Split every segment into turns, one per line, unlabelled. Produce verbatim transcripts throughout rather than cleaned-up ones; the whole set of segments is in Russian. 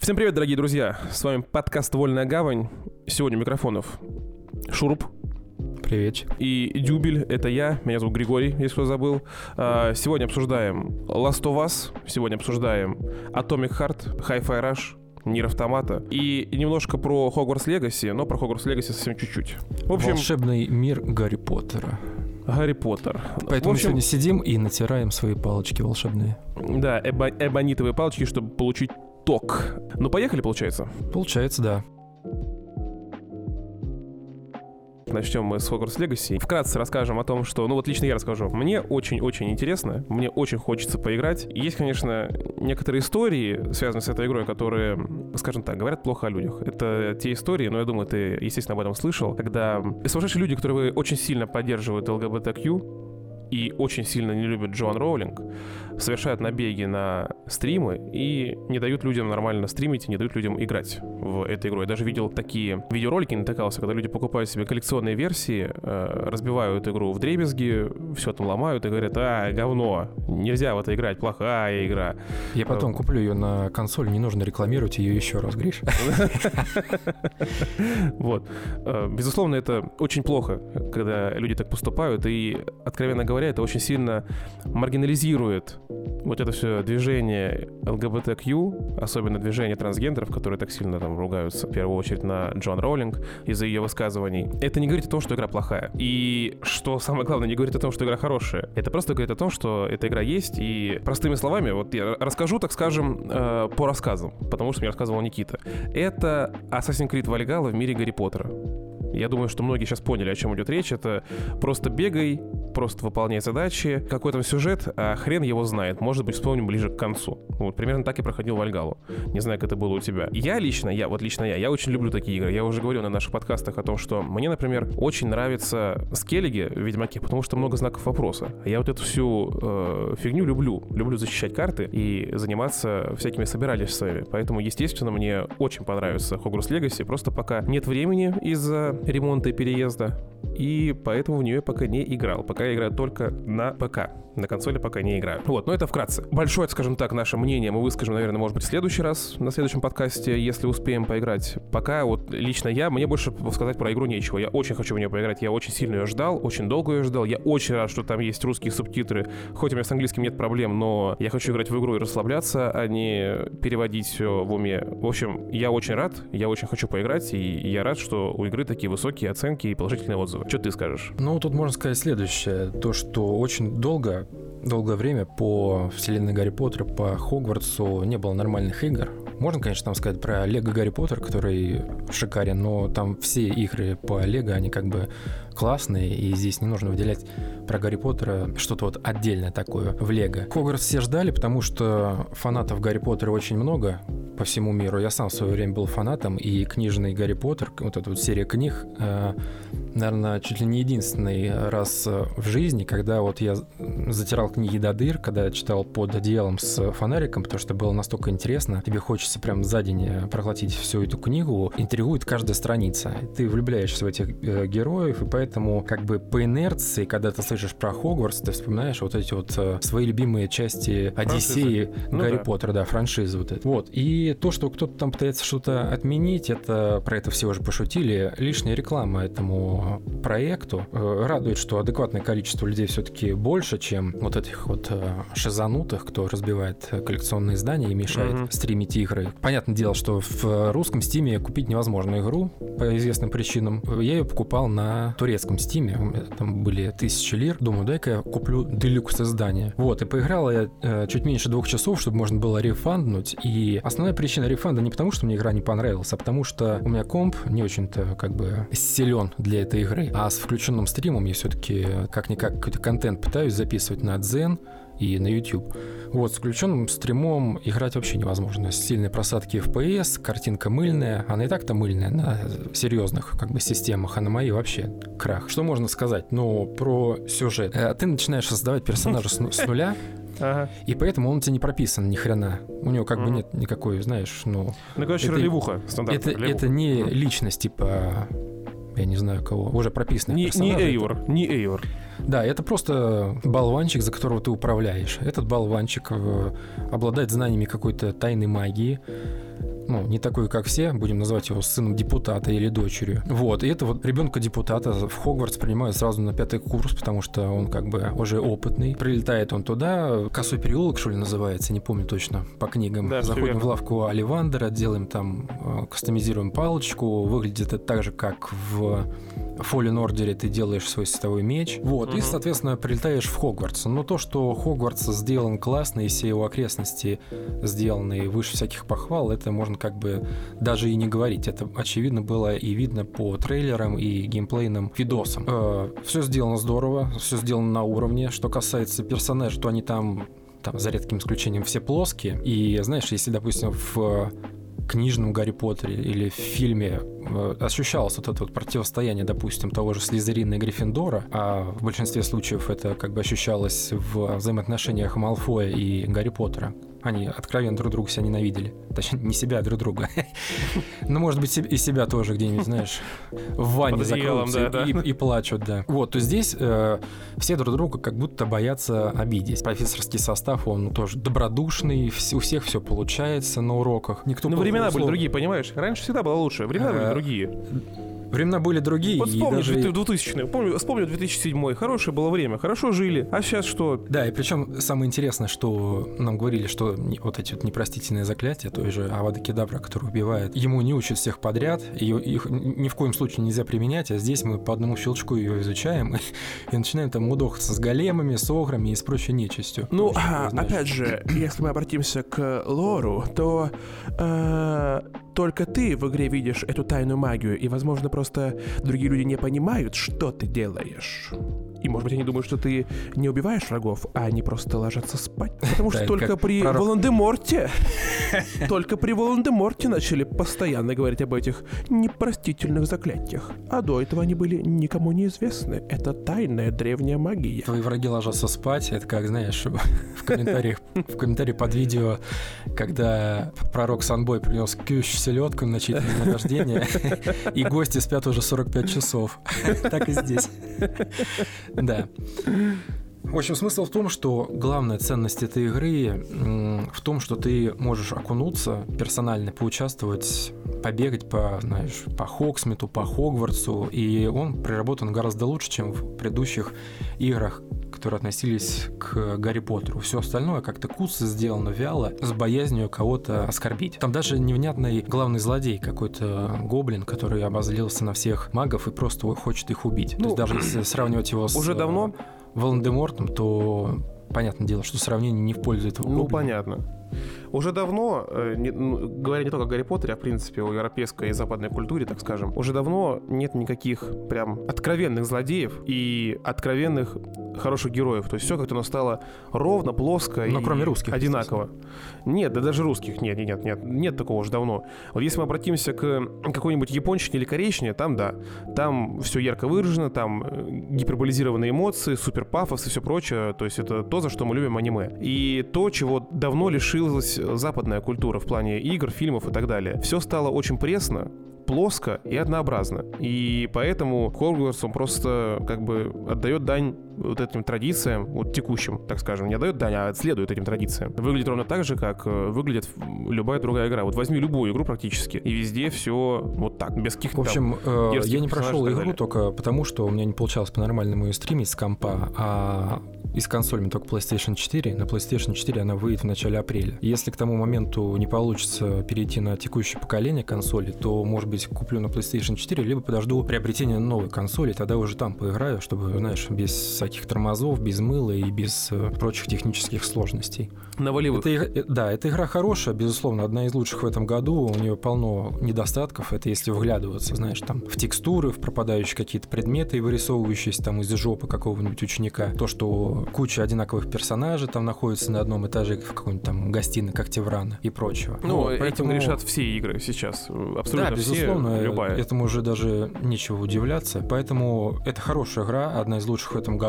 Всем привет, дорогие друзья! С вами подкаст «Вольная гавань». Сегодня у микрофонов Шуруп.
Привет.
И Дюбель, это я, меня зовут Григорий, если кто забыл. Сегодня обсуждаем Last of Us, сегодня обсуждаем Atomic Heart, Hi-Fi Rush, Нир Автомата и немножко про Hogwarts Legacy, но про Hogwarts Legacy совсем чуть-чуть.
В общем, волшебный мир Гарри Поттера.
Гарри Поттер.
Поэтому
в общем,
мы сегодня сидим и натираем свои палочки волшебные.
Да, эбо- эбонитовые палочки, чтобы получить ток. Ну, поехали, получается?
Получается, да.
Начнем мы с Hogwarts Legacy. Вкратце расскажем о том, что... Ну вот лично я расскажу. Мне очень-очень интересно, мне очень хочется поиграть. Есть, конечно, некоторые истории, связанные с этой игрой, которые, скажем так, говорят плохо о людях. Это те истории, но я думаю, ты, естественно, об этом слышал, когда сумасшедшие люди, которые очень сильно поддерживают эл гэ бэ тэ кью и очень сильно не любят Джоан Роулинг, совершают набеги на стримы и не дают людям нормально стримить, и не дают людям играть в эту игру. Я даже видел такие видеоролики, натыкался, когда люди покупают себе коллекционные версии, разбивают игру вдребезги, все там ломают и говорят: а, говно, нельзя в это играть, плохая игра.
Я потом куплю ее на консоль, не нужно рекламировать ее еще раз, Гриш.
Вот. Безусловно, это очень плохо, когда люди так поступают, и, откровенно говоря, это очень сильно маргинализирует вот это все движение эл гэ бэ тэ кью, особенно движение трансгендеров, которые так сильно там ругаются, в первую очередь, на Джоан Роулинг из-за ее высказываний. Это не говорит о том, что игра плохая. И что самое главное, не говорит о том, что игра хорошая. Это просто говорит о том, что эта игра есть, и простыми словами, вот я расскажу, так скажем, э, по рассказам, потому что мне рассказывал Никита. Это Assassin's Creed Valhalla в мире Гарри Поттера. Я думаю, что многие сейчас поняли, о чем идет речь. Это просто бегай, просто выполняй задачи. Какой там сюжет, а хрен его знает. Может быть, вспомним ближе к концу. Вот, примерно так и проходил Вальгаллу. Не знаю, как это было у тебя. Я лично, я, вот лично я, я очень люблю такие игры. Я уже говорил на наших подкастах о том, что мне, например, очень нравится Скеллиги в Ведьмаке, потому что много знаков вопроса. Я вот эту всю э, фигню люблю. Люблю защищать карты и заниматься всякими собирательствами. Поэтому, естественно, мне очень понравится Hogwarts Legacy. Просто пока нет времени из-за ремонта и переезда, и поэтому в нее пока не играл. Пока я играю только на ПК. На консоли пока не играю. Вот, но это вкратце. Большое, скажем так, наше мнение мы выскажем, наверное, может быть, в следующий раз, на следующем подкасте, если успеем поиграть. Пока вот лично я, мне больше сказать про игру нечего. Я очень хочу в нее поиграть, я очень сильно ее ждал, очень долго ее ждал. Я очень рад, что там есть русские субтитры. Хоть у меня с английским нет проблем, но я хочу играть в игру и расслабляться, а не переводить все в уме. В общем, я очень рад, я очень хочу поиграть, и я рад, что у игры такие высокие оценки и положительные отзывы. Что ты скажешь?
Ну, тут можно сказать следующее. То, что очень долго Долгое время по вселенной Гарри Поттера, по Хогвартсу не было нормальных игр. Можно, конечно, там сказать про Лего Гарри Поттер, который шикарен, но там все игры по Лего, они как бы классные, и здесь не нужно выделять про Гарри Поттера что-то вот отдельное такое в Лего. Хогвартс все ждали, потому что фанатов Гарри Поттера очень много по всему миру. Я сам в свое время был фанатом, и книжный Гарри Поттер, вот эта вот серия книг, э, наверное, чуть ли не единственный раз в жизни, когда вот я затирал книги до дыр, когда я читал под одеялом с фонариком, потому что было настолько интересно, тебе хочется прям за день проглотить всю эту книгу, интригует каждая страница. Ты влюбляешься в этих э, героев, и поэтому как бы по инерции, когда ты слышишь про Хогвартс, ты вспоминаешь вот эти вот э, свои любимые части Одиссеи ну, Гарри да. Поттера, да, франшизы вот это. Вот. И то, что кто-то там пытается что-то отменить, это про это все уже пошутили, лишняя реклама этому проекту. Э, радует, что адекватное количество людей все-таки больше, чем вот этих вот э, шизанутых, кто разбивает коллекционные издания и мешает mm-hmm. стримить игры. Понятное дело, что в русском стиме купить невозможно игру по известным причинам. Я ее покупал на турецком стиме, у меня там были тысячи лир. Думаю, дай-ка я куплю делюкс издание. Вот, и поиграл я э, чуть меньше двух часов, чтобы можно было рефанднуть. И основная причина рефанда не потому, что мне игра не понравилась, а потому что у меня комп не очень-то как бы силен для этой игры. А с включенным стримом я все-таки как-никак какой-то контент пытаюсь записывать на Дзен и на YouTube. Вот, с включенным стримом играть вообще невозможно. Сильные просадки эф пи эс, картинка мыльная. Она и так-то мыльная на серьезных как бы системах, а на моей вообще крах. Что можно сказать? Ну, про сюжет. Ты начинаешь создавать персонажа с, с нуля, ага. и поэтому он у тебя не прописан ни хрена. У него как mm-hmm. бы нет никакой, знаешь, ну...
Ну, короче, это, ролевуха стандартная.
Это, это не личность, типа... Я не знаю кого, уже прописанных
не,
персонажей.
Не Эйвор, это... не Эйвор.
Да, это просто болванчик, за которого ты управляешь. Этот болванчик обладает знаниями какой-то тайной магии. ну, не такой, как все, будем называть его сыном депутата или дочерью. Вот, и это вот ребенка депутата в Хогвартс принимают сразу на пятый курс, потому что он как бы уже опытный. Прилетает он туда, Косой переулок, что ли, называется, не помню точно, по книгам.
Да,
заходим в лавку Оливандера, делаем там, кастомизируем палочку, выглядит это так же, как в Fallen Order ты делаешь свой световой меч. Вот, угу. И, соответственно, прилетаешь в Хогвартс. Но то, что Хогвартс сделан классно, и все его окрестности сделаны выше всяких похвал, это можно как бы даже и не говорить. Это очевидно было и видно по трейлерам и геймплейным видосам. Э, все сделано здорово, все сделано на уровне. Что касается персонажей, то они там, там, за редким исключением, все плоские. И, знаешь, если, допустим, в книжном Гарри Поттере или в фильме э, ощущалось вот это вот противостояние, допустим, того же Слизерина и Гриффиндора, а в большинстве случаев это как бы ощущалось в взаимоотношениях Малфоя и Гарри Поттера. Они откровенно друг друга себя ненавидели. Точнее, не себя, а друг друга. Ну, может быть, и себя тоже где-нибудь, знаешь, в ванне закроются и плачут, да. Вот, то здесь все друг друга как будто боятся обидеть. Профессорский состав, он тоже добродушный, у всех все получается на уроках.
Ну, времена были другие, понимаешь? Раньше всегда было лучше, времена были другие.
Времена были другие.
Вот вспомни даже... двухтысячные, помню, вспомню две тысячи седьмой, хорошее было время, хорошо жили, а сейчас что?
Да, и причем самое интересное, что нам говорили, что вот эти вот непростительные заклятия, той же Авада Кедавра, который убивает, ему не учат всех подряд, ее, их ни в коем случае нельзя применять, а здесь мы по одному щелчку ее изучаем и, и начинаем там мудохаться с големами, с ограми и с прочей нечистью.
Ну, а, опять же, если мы обратимся к лору, то э, только ты в игре видишь эту тайную магию, и, возможно, просто другие люди не понимают, что ты делаешь. И, может быть, они думают, что ты не убиваешь врагов, а они просто ложатся спать. Потому что только при Волан-де-Морте, только при Волан-де-Морте начали постоянно говорить об этих непростительных заклятиях. А до этого они были никому неизвестны. Это тайная древняя магия.
Твои враги ложатся спать. Это как, знаешь, в комментариях, в комментарии под видео, когда пророк Санбой принес кющ селедку на чьи-то день рождения, и гости спят уже сорок пять часов. Так и здесь. Да. В общем, смысл в том, что главная ценность этой игры в том, что ты можешь окунуться, персонально поучаствовать, побегать по, знаешь, по Хогсмиту, по Хогвартсу, и он проработан гораздо лучше, чем в предыдущих играх, которые относились к Гарри Поттеру. Все остальное как-то куцо сделано вяло, с боязнью кого-то оскорбить. Там даже невнятный главный злодей, какой-то гоблин, который обозлился на всех магов и просто хочет их убить. Ну, то есть даже если сравнивать его с...
Уже давно?
Волан-де-Мортом, то понятное дело, что сравнение не в пользу этого гоблина.
Ну, понятно. Уже давно, э, не, ну, говоря не только о Гарри Поттере, а в принципе о европейской и западной культуре, так скажем, уже давно нет никаких прям откровенных злодеев и откровенных хороших героев. То есть все как-то оно стало ровно, плоско
Но
и
кроме русских,
одинаково. Нет, да даже русских нет, нет, нет, нет такого уже давно. Вот если мы обратимся к какой-нибудь японщине или корейщине, там да, там все ярко выражено, там гиперболизированные эмоции, супер пафос и все прочее. То есть это то, за что мы любим аниме. И то, чего давно лишилась западная культура в плане игр, фильмов и так далее. Все стало очень пресно, плоско и однообразно. И поэтому Хогвартс, он просто как бы отдает дань вот этим традициям, вот текущим, так скажем, не отдает дань, а следует этим традициям. Выглядит ровно так же, как выглядит любая другая игра. Вот возьми любую игру практически, и везде все вот так, без каких-то.
В общем,
там,
э, я не прошел игру только потому, что у меня не получалось по-нормальному ее стримить с компа, а из консолями только PlayStation четыре. На PlayStation четыре она выйдет в начале апреля. Если к тому моменту не получится перейти на текущее поколение консоли, то, может быть, куплю на PlayStation четыре, либо подожду приобретения новой консоли, тогда уже там поиграю, чтобы, знаешь, без всяких тормозов, без мыла и без э, прочих технических сложностей.
На волевых.
Это, да, эта игра хорошая, безусловно, одна из лучших в этом году. У нее полно недостатков. Это если вглядываться, знаешь, там в текстуры, в пропадающие какие-то предметы, вырисовывающиеся там из жопы какого-нибудь ученика. То, что куча одинаковых персонажей там находится на одном этаже в какой-нибудь там гостиной, как Теврана и прочего.
Ну, вот, поэтому... этим решат все игры сейчас. Абсолютно
да,
все,
безусловно,
любая.
Этому уже даже нечего удивляться. Поэтому это хорошая игра, одна из лучших в этом году.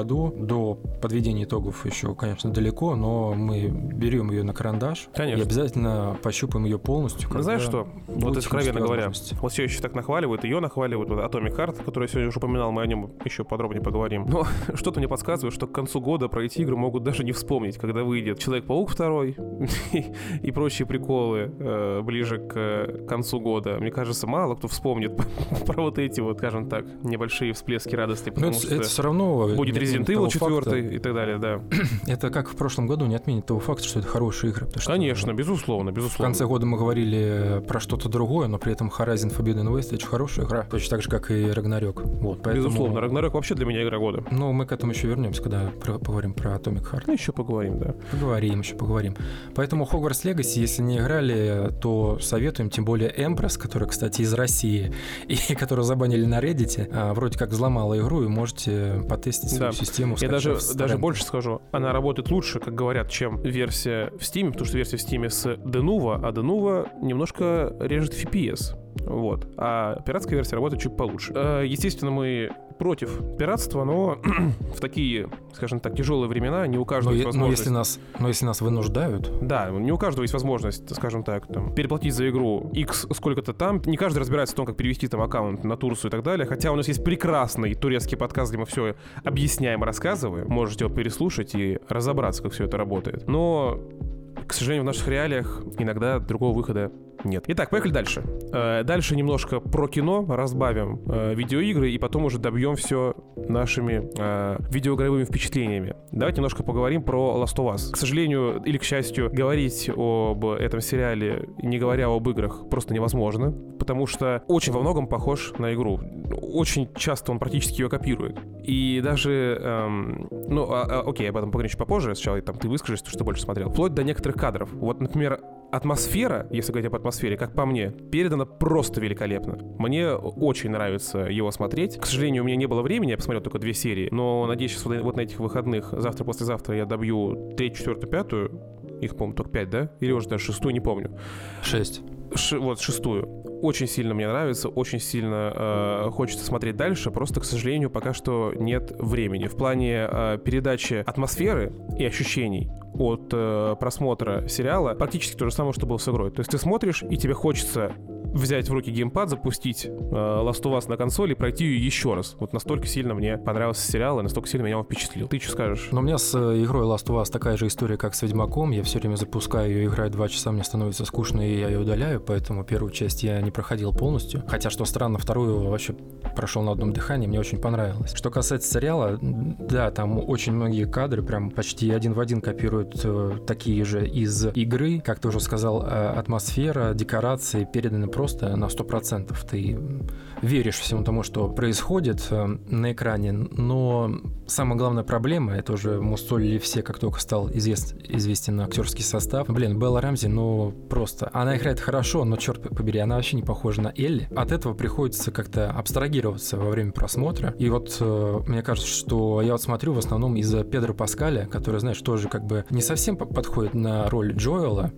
году. До подведения итогов еще, конечно, далеко, но мы берем ее на карандаш.
Конечно.
И обязательно пощупаем ее полностью.
Знаешь что? Вот откровенно говоря, вот все еще так нахваливают, ее нахваливают, вот Atomic Heart, который я сегодня уже упоминал, мы о нем еще подробнее поговорим. Но что-то мне подсказывает, что к концу года про эти игры могут даже не вспомнить, когда выйдет Человек-паук второй и, и прочие приколы э, ближе к концу года. Мне кажется, мало кто вспомнит про вот эти вот, скажем так, небольшие всплески радости, потому
это,
что
это все равно
будет Resident Evil четыре и так далее, да.
Это как в прошлом году не отменит того факта, что это хорошие игры. Что,
конечно, безусловно, безусловно.
В конце года мы говорили про что-то другое, но при этом Horizon Forbidden West — это хорошая игра, точно так же, как и Ragnarok. Вот, поэтому...
Безусловно, Ragnarok вообще для меня игра года.
Ну, мы к этому еще вернемся, когда про- поговорим про Atomic Heart.
Ну, еще поговорим, да.
Поговорим, еще поговорим. Поэтому Hogwarts Legacy, если не играли, то советуем, тем более Empress, которая, кстати, из России, и которую забанили на Reddit, а, вроде как взломала игру, и можете потестить свою
да.
систему.
Я даже, даже больше скажу, она работает лучше, как говорят, чем версия в Steam, потому что версия в Steam с Denuvo, а Denuvo немножко режет эф пи эс. Вот. А пиратская версия работает чуть получше. Естественно, мы против пиратства, но в такие, скажем так, тяжелые времена не у каждого
но,
есть возможность...
Но если, нас, но если нас вынуждают...
Да, не у каждого есть возможность, скажем так, там, переплатить за игру X сколько-то там. Не каждый разбирается в том, как перевести там аккаунт на Турцию и так далее. Хотя у нас есть прекрасный турецкий подкаст, где мы все объясняем, рассказываем. Можете его переслушать и разобраться, как все это работает. Но, к сожалению, в наших реалиях иногда другого выхода нет. Итак, поехали дальше. Э, дальше немножко про кино, разбавим э, видеоигры и потом уже добьем все нашими э, видеоигровыми впечатлениями. Давайте немножко поговорим про Last of Us. К сожалению или к счастью, говорить об этом сериале, не говоря об играх, просто невозможно, потому что очень во многом похож на игру. Очень часто он практически ее копирует. И даже, эм, ну, а, а, окей, об этом поговорим чуть попозже. Сначала там ты выскажешься, что больше смотрел. Вплоть до некоторых кадров. Вот, например, атмосфера, если говорить об атмосфере, как по мне, передана просто великолепно. Мне очень нравится его смотреть. К сожалению, у меня не было времени, я посмотрел только две серии, но надеюсь, сейчас вот на этих выходных, завтра-послезавтра я добью третью, четвертую, пятую. Их, по-моему, только пять, да? Или уже даже шестую, не помню.
Шесть.
Ш- вот, шестую. Очень сильно мне нравится, очень сильно э, хочется смотреть дальше, просто, к сожалению, пока что нет времени. В плане э, передачи атмосферы и ощущений от э, просмотра сериала практически то же самое, что было с игрой. То есть ты смотришь, и тебе хочется взять в руки геймпад, запустить э, Last of Us на консоли и пройти ее еще раз. Вот настолько сильно мне понравился сериал, и настолько сильно меня он впечатлил. Ты что скажешь?
Но у меня с игрой Last of Us такая же история, как с Ведьмаком. Я все время запускаю ее, играю два часа, мне становится скучно, и я ее удаляю, поэтому первую часть я не проходил полностью. Хотя, что странно, вторую вообще прошел на одном дыхании, мне очень понравилось. Что касается сериала, да, там очень многие кадры прям почти один в один копируют э, такие же из игры. Как ты уже сказал, э, атмосфера, декорации переданы просто на сто процентов. Ты веришь всему тому, что происходит э, на экране, но самая главная проблема, это уже мусолили все, как только стал извест, известен актерский состав. Блин, Белла Рамзи, ну просто. Она играет хорошо, но, черт побери, она вообще не похожа на Элли. От этого приходится как-то абстрагироваться во время просмотра. И вот э, мне кажется, что я вот смотрю в основном из-за Педро Паскаля, который, знаешь, тоже как бы не совсем подходит на роль Джоэла,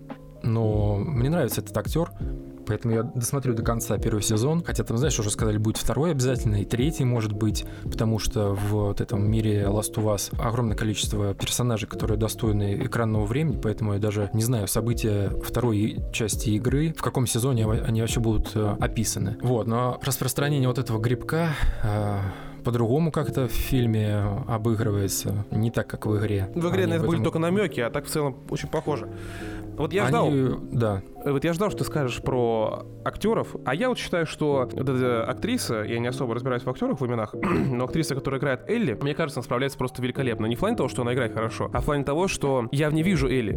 но мне нравится этот актер. Поэтому я досмотрю до конца первый сезон. Хотя там, знаешь, уже сказали, будет второй обязательно, и третий, может быть, потому что в вот этом мире Last of Us огромное количество персонажей, которые достойны экранного времени, поэтому я даже не знаю события второй части игры, в каком сезоне они вообще будут э, описаны. Вот, но распространение вот этого грибка... Э, по-другому как-то в фильме обыгрывается, не так, как в игре.
В игре,
Они
наверное,
в этом...
были только намеки, а так в целом очень похоже. Вот я
Они...
ждал,
да.
Вот я ждал, что ты скажешь про актеров, а я вот считаю, что вот эта актриса, я не особо разбираюсь в актерах, в именах, но актриса, которая играет Элли, мне кажется, она справляется просто великолепно. Не в плане того, что она играет хорошо, а в плане того, что я в ней вижу Элли.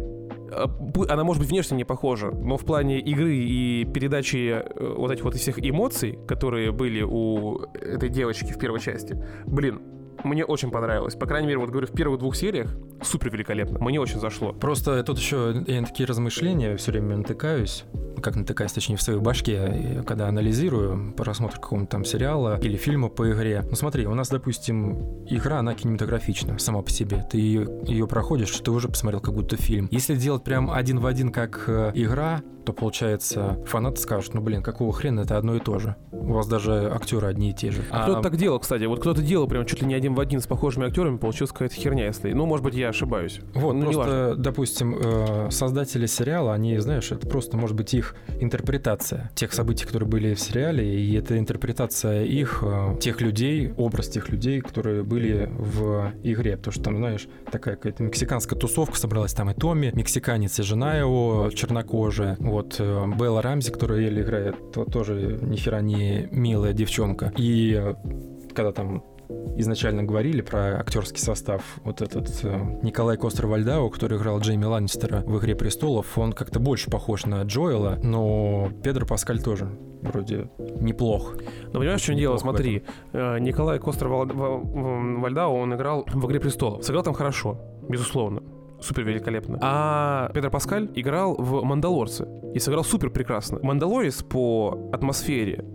Она, может быть, внешне не похожа, но в плане игры и передачи вот этих вот всех эмоций, которые были у этой девочки в первой части, блин, мне очень понравилось. По крайней мере, вот говорю, в первых двух сериях супер великолепно. Мне очень зашло.
Просто тут еще я на такие размышления все время натыкаюсь, как натыкаюсь, точнее, в своей башке, когда анализирую просмотр какого-то там сериала или фильма по игре. Ну смотри, у нас, допустим, игра, она кинематографична сама по себе. Ты ее, ее проходишь, ты уже посмотрел как будто фильм. Если делать прям один в один как э, игра, то, получается, фанаты скажут, ну, блин, какого хрена, это одно и то же. У вас даже актеры одни и те же.
А, а кто-то так делал, кстати. Вот кто-то делал прям чуть ли не один в один с похожими актерами, получилась какая-то херня, если... Ну, может быть, я ошибаюсь.
Вот,
ну,
просто, допустим, э, создатели сериала, они, знаешь, это просто, может быть, их интерпретация тех событий, которые были в сериале, и это интерпретация их, э, тех людей, образ тех людей, которые были в игре. Потому что там, знаешь, такая какая-то мексиканская тусовка собралась, там и Томми, мексиканец, и жена его чернокожая. Вот Белла Рамзи, которая еле играет, то, тоже ни хера не милая девчонка. И когда там изначально говорили про актерский состав, вот этот э, Николай Костер-Вальдау, который играл Джейми Ланнистера в «Игре престолов», он как-то больше похож на Джоэла, но Педро Паскаль тоже вроде неплох.
Ну, понимаешь, в чем дело? Смотри, э, Николай Костер-Вальдау, он играл в «Игре престолов». Сыграл там хорошо, безусловно. Супер великолепно. А Педро Паскаль играл в «Мандалорце» и сыграл супер прекрасно. «Мандалорец» по атмосфере,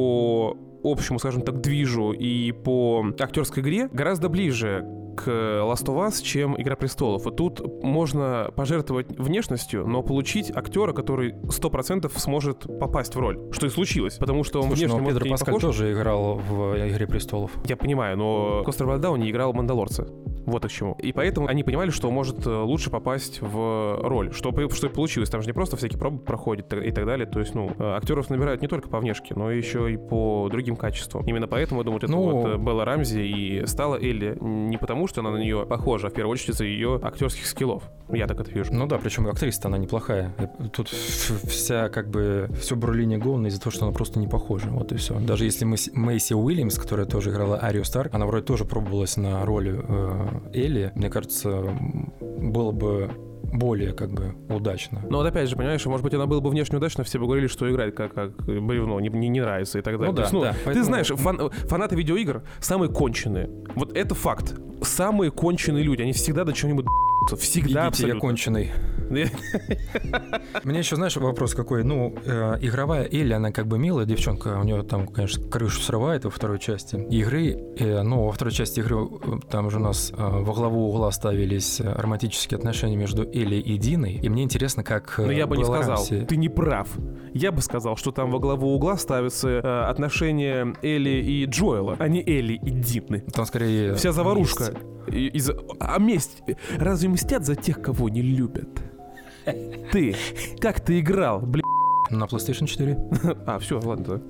по общему, скажем так, движу и по актерской игре гораздо ближе к Last of Us, чем «Игра престолов». И тут можно пожертвовать внешностью, но получить актера, который сто процентов сможет попасть в роль. Что и случилось, потому что он
Слушай,
внешне...
но Педро Паскаль похож. Тоже играл в «Игре престолов».
Я понимаю, но Костер-Вальдау не играл в «Мандалорце». Вот и к чему. И поэтому они понимали, что может лучше попасть в роль. Что, что и получилось. Там же не просто всякие пробы проходят и так далее. То есть, ну, актеров набирают не только по внешке, но еще и по другим качествам. Именно поэтому, я думаю, это ну... вот Белла Рамзи и стала Элли не потому, что она на нее похожа, а в первую очередь из-за ее актерских скиллов. Я так это вижу.
Ну да, причем актриса-то она неплохая. Тут вся, как бы, все бурление говно из-за того, что она просто не похожа. Вот и все. Даже если мы Мэйси Уильямс, которая тоже играла Арию Старк, она вроде тоже пробовалась на роли э, Элли, мне кажется, было бы более, как бы, удачно.
Но вот опять же, понимаешь, может быть, она была бы внешне удачна, все бы говорили, что играет как, как бревно, не, не, не нравится и так далее.
Ну да,
есть, ну,
да.
Ты
Поэтому...
знаешь, фан, фанаты видеоигр самые конченые. Вот это факт. Самые конченые люди, они всегда до чего-нибудь всегда.
Видите,
абсолютно.
Я конченый. Мне еще, знаешь, вопрос какой. Ну, э, игровая Элли, она как бы милая девчонка. У нее там, конечно, крышу срывает во второй части игры. Э, но во второй части игры там уже у нас э, во главу угла ставились романтические отношения между Элли и Диной. И мне интересно, как...
Но я бы не сказал.
Рамси...
Ты не прав. Я бы сказал, что там во главу угла ставятся э, отношения Элли и Джоэла, а не Элли и Дины.
Там скорее...
Вся заварушка. Из... А месть... Разве мстят за тех, кого не любят? Ты, как ты играл, блин?
На PlayStation четыре.
А, все, ладно.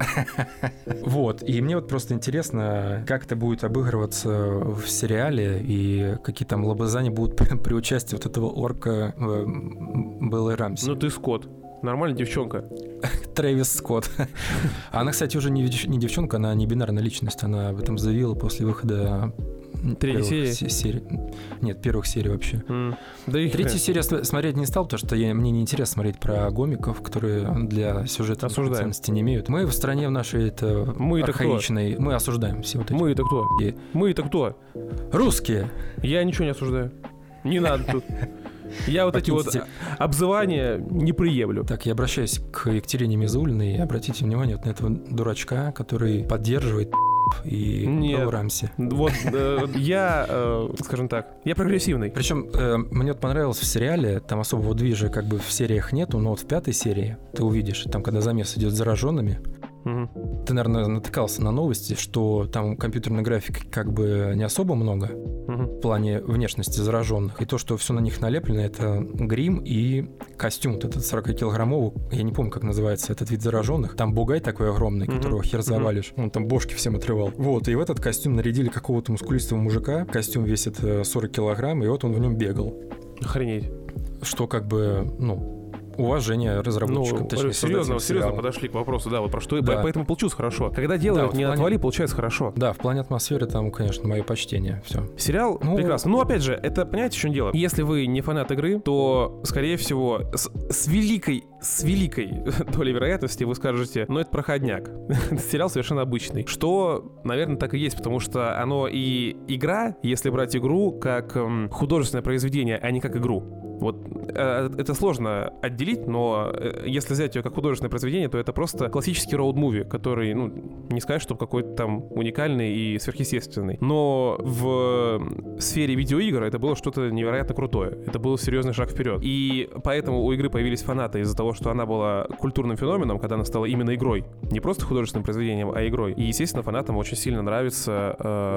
Вот, и мне вот просто интересно, как это будет обыгрываться в сериале, и какие там лобызания будут при участии вот этого орка Беллы Рамси.
Ну ты Скотт. Нормальная девчонка.
Трэвис Скотт. Она, кстати, уже не девчонка, она не бинарная личность. Она об этом заявила после выхода
Третьей серии?
серий. Нет, первых серий вообще.
Mm. Да и
Третью серию смотреть не стал, потому что я, мне неинтересно смотреть про гомиков, которые для сюжета ценности не имеют. Мы в стране в нашей это
мы
архаичной, мы осуждаем все вот эти.
Мы это кто?
И...
Мы это кто?
Русские.
Я ничего не осуждаю. Не надо тут. Я вот эти вот обзывания не приемлю.
Так, я обращаюсь к Екатерине Мизулиной. Обратите внимание вот на этого дурачка, который поддерживает и Беллу Рамси.
Вот э, я, э, скажем так, я прогрессивный.
Причем э, мне вот понравилось в сериале, там особого движа как бы в сериях нету, но вот в пятой серии ты увидишь, там когда замес идет с зараженными, угу. Ты, наверное, натыкался на новости, что там компьютерной графики как бы не особо много угу. в плане внешности зараженных. И то, что все на них налеплено, это грим и костюм вот этот сорокакилограммовый, я не помню, как называется этот вид зараженных. Там бугай такой огромный, угу. которого хер завалишь. Угу. Он там бошки всем отрывал. Вот, и в этот костюм нарядили какого-то мускулистого мужика. Костюм весит сорок килограмм, и вот он в нем бегал.
Охренеть.
Что как бы, ну... уважение разработчикам,
Ну,
точнее,
серьезно,
создателям
серьезно
сериала.
подошли к вопросу, да, вот про что,
Да.
поэтому получилось хорошо. Когда делают
Да, вот
не
в
на
плане-
отвали, получается хорошо.
Да, в плане атмосферы там, конечно, мое почтение. Все.
Сериал
Ну,
прекрасно. Ну, опять же, это, понимаете, в чем дело? Если вы не фанат игры, то, скорее всего, с, с великой, с великой долей вероятности вы скажете, ну, это проходняк. Сериал совершенно обычный. Что, наверное, так и есть, потому что оно и игра, если брать игру как эм, художественное произведение, а не как игру. Вот э, это сложно отделить, но э, если взять ее как художественное произведение, то это просто классический роуд-муви, который, ну, не сказать, что какой-то там уникальный и сверхъестественный. Но в сфере видеоигр это было что-то невероятно крутое. Это был серьезный шаг вперед. И поэтому у игры появились фанаты из-за того, что она была культурным феноменом, когда она стала именно игрой. Не просто художественным произведением, а игрой. И, естественно, фанатам очень сильно нравится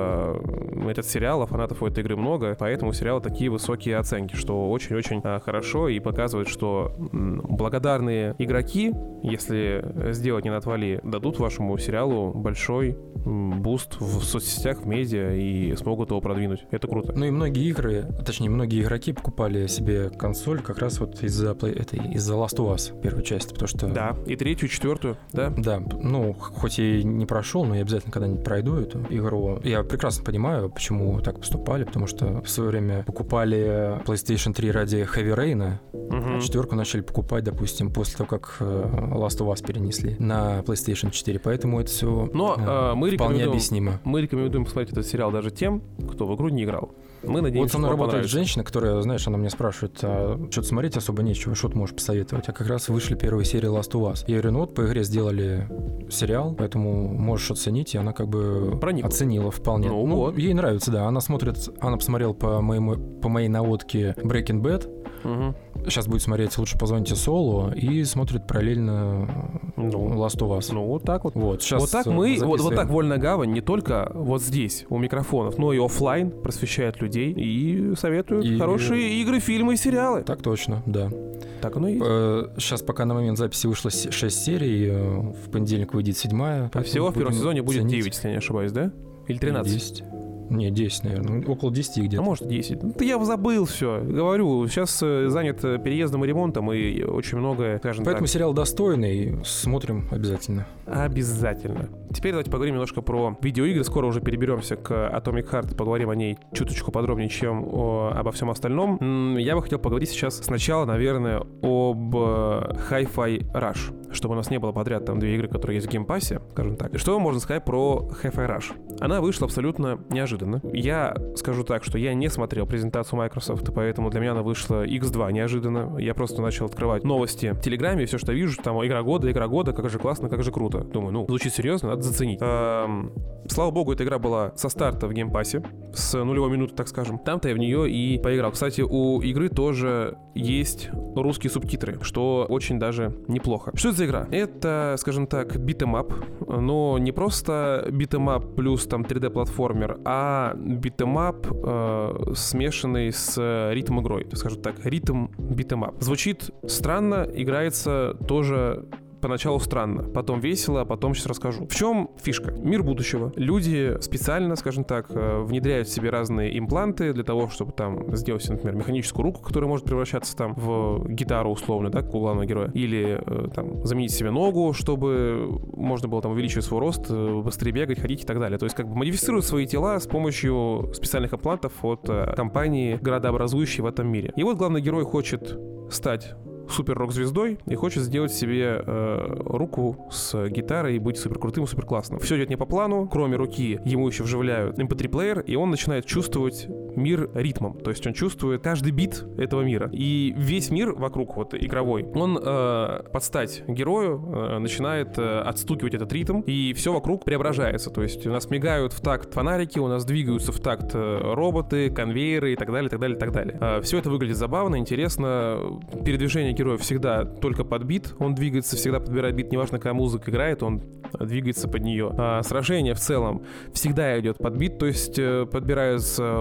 э, этот сериал, а фанатов у этой игры много, поэтому у сериала такие высокие оценки, что очень-очень э, хорошо и показывает, что м, благодарные игроки, если сделать не на отвали, дадут вашему сериалу большой м, буст в соцсетях, в медиа и смогут его продвинуть. Это круто.
Ну и многие игры, точнее, многие игроки покупали себе консоль как раз вот из-за Play- этой, из-за Last of Us первой части, потому что...
Да, и третью, и четвертую, да?
Да, ну, хоть и не прошел, но я обязательно когда-нибудь пройду эту игру. Я прекрасно понимаю, почему так поступали, потому что в свое время покупали PlayStation три ради Heavy Rain,
Мгм.
а четверку начали покупать, допустим, после того, как э, Last of Us перенесли на PlayStation четыре, поэтому это все
Но э, мы
вполне
рекомендуем
объяснимо.
Мы рекомендуем посмотреть этот сериал даже тем, кто в игру не играл. Мы надеемся,
Вот со мной
что вам
работает
понравится.
женщина, которая, знаешь, она меня спрашивает, а что-то смотреть особо нечего, что ты можешь посоветовать? А как раз вышли первые серии Last of Us. Я говорю, ну вот по игре сделали сериал, поэтому можешь оценить, и она как бы
Проникла.
оценила вполне.
Ну вот.
Ей нравится, да. Она смотрит, она посмотрела по, моему, по моей наводке Breaking Bad,
Мгм.
сейчас будет смотреть «Лучше позвоните Солу» и смотрит параллельно
Ну.
Last of Us.
Ну, вот так вот.
Вот, сейчас
Вот так мы, вот, вот так Вольная Гавань не только вот здесь, у микрофонов, но и оффлайн просвещает людей и советует
И-
хорошие игры, фильмы и сериалы.
Так точно, да.
Так оно и есть.
Сейчас пока на момент записи вышло шесть серий, э, в понедельник выйдет седьмая.
А всего в первом
будем
сезоне будет
ценить.
девять, если я не ошибаюсь, да? Или тринадцать?
десять. Не, десять, наверное. Около десяти
А
где-то.
может десять. Ну, я забыл все. Говорю, сейчас э, занят э, переездом и ремонтом, и очень многое, скажем
Поэтому
так.
сериал достойный, смотрим обязательно.
Обязательно. Теперь давайте поговорим немножко про видеоигры. Скоро уже переберемся к Atomic Heart, поговорим о ней чуточку подробнее, чем о- обо всем остальном. М, Я бы хотел поговорить сейчас сначала, наверное, об э, Hi-Fi Rush, чтобы у нас не было подряд там две игры, которые есть в геймпассе, скажем так. Что можно сказать про Hi-Fi Rush? Она вышла абсолютно неожиданно. Я скажу так, что я не смотрел презентацию Microsoft, и поэтому для меня она вышла икс два неожиданно. Я просто начал открывать новости в Телеграме, и все, что вижу, там игра года, игра года, как же классно, как же круто. Думаю, ну, звучит серьезно, надо заценить. Эм, слава богу, эта игра была со старта в геймпассе, с нулевой минуты, так скажем. Там-то я в нее и поиграл. Кстати, у игры тоже есть русские субтитры, что очень даже неплохо. Что это за игра? Это, скажем так, битэмап, но не просто битэмап плюс там три дэ-платформер, а битэмап, э, смешанный с ритм-игрой. Скажем так, ритм битэмап. Звучит странно, играется тоже поначалу странно, потом весело, а потом сейчас расскажу. В чем фишка? Мир будущего. Люди специально, скажем так, э, внедряют в себе разные импланты для того, чтобы там сделать, например, механическую руку, которая может превращаться там в гитару условно, да, как у главного героя, или э, там заменить себе ногу, чтобы можно было там увеличивать свой рост, э, быстрее бегать, ходить и так далее. То есть как бы модифицируют свои тела с помощью специальных имплантов от э, компании, градообразующей в этом мире. И вот главный герой хочет стать супер-рок-звездой и хочет сделать себе э, руку с гитарой и быть супер-крутым и супер-классным. Все идет не по плану, кроме руки ему еще вживляют эм пэ три-плеер, и он начинает чувствовать мир ритмом. То есть он чувствует каждый бит этого мира. И весь мир вокруг, вот игровой, он э, под стать герою э, начинает э, отстукивать этот ритм, и все вокруг преображается. То есть у нас мигают в такт фонарики, у нас двигаются в такт э, роботы, конвейеры и так далее, так далее, так далее. Э, все это выглядит забавно, интересно. Передвижение героя всегда только под бит, он двигается, всегда подбирает бит, неважно, какая музыка играет, он двигается под нее. А сражение в целом всегда идет под бит, то есть э, подбираются удары так,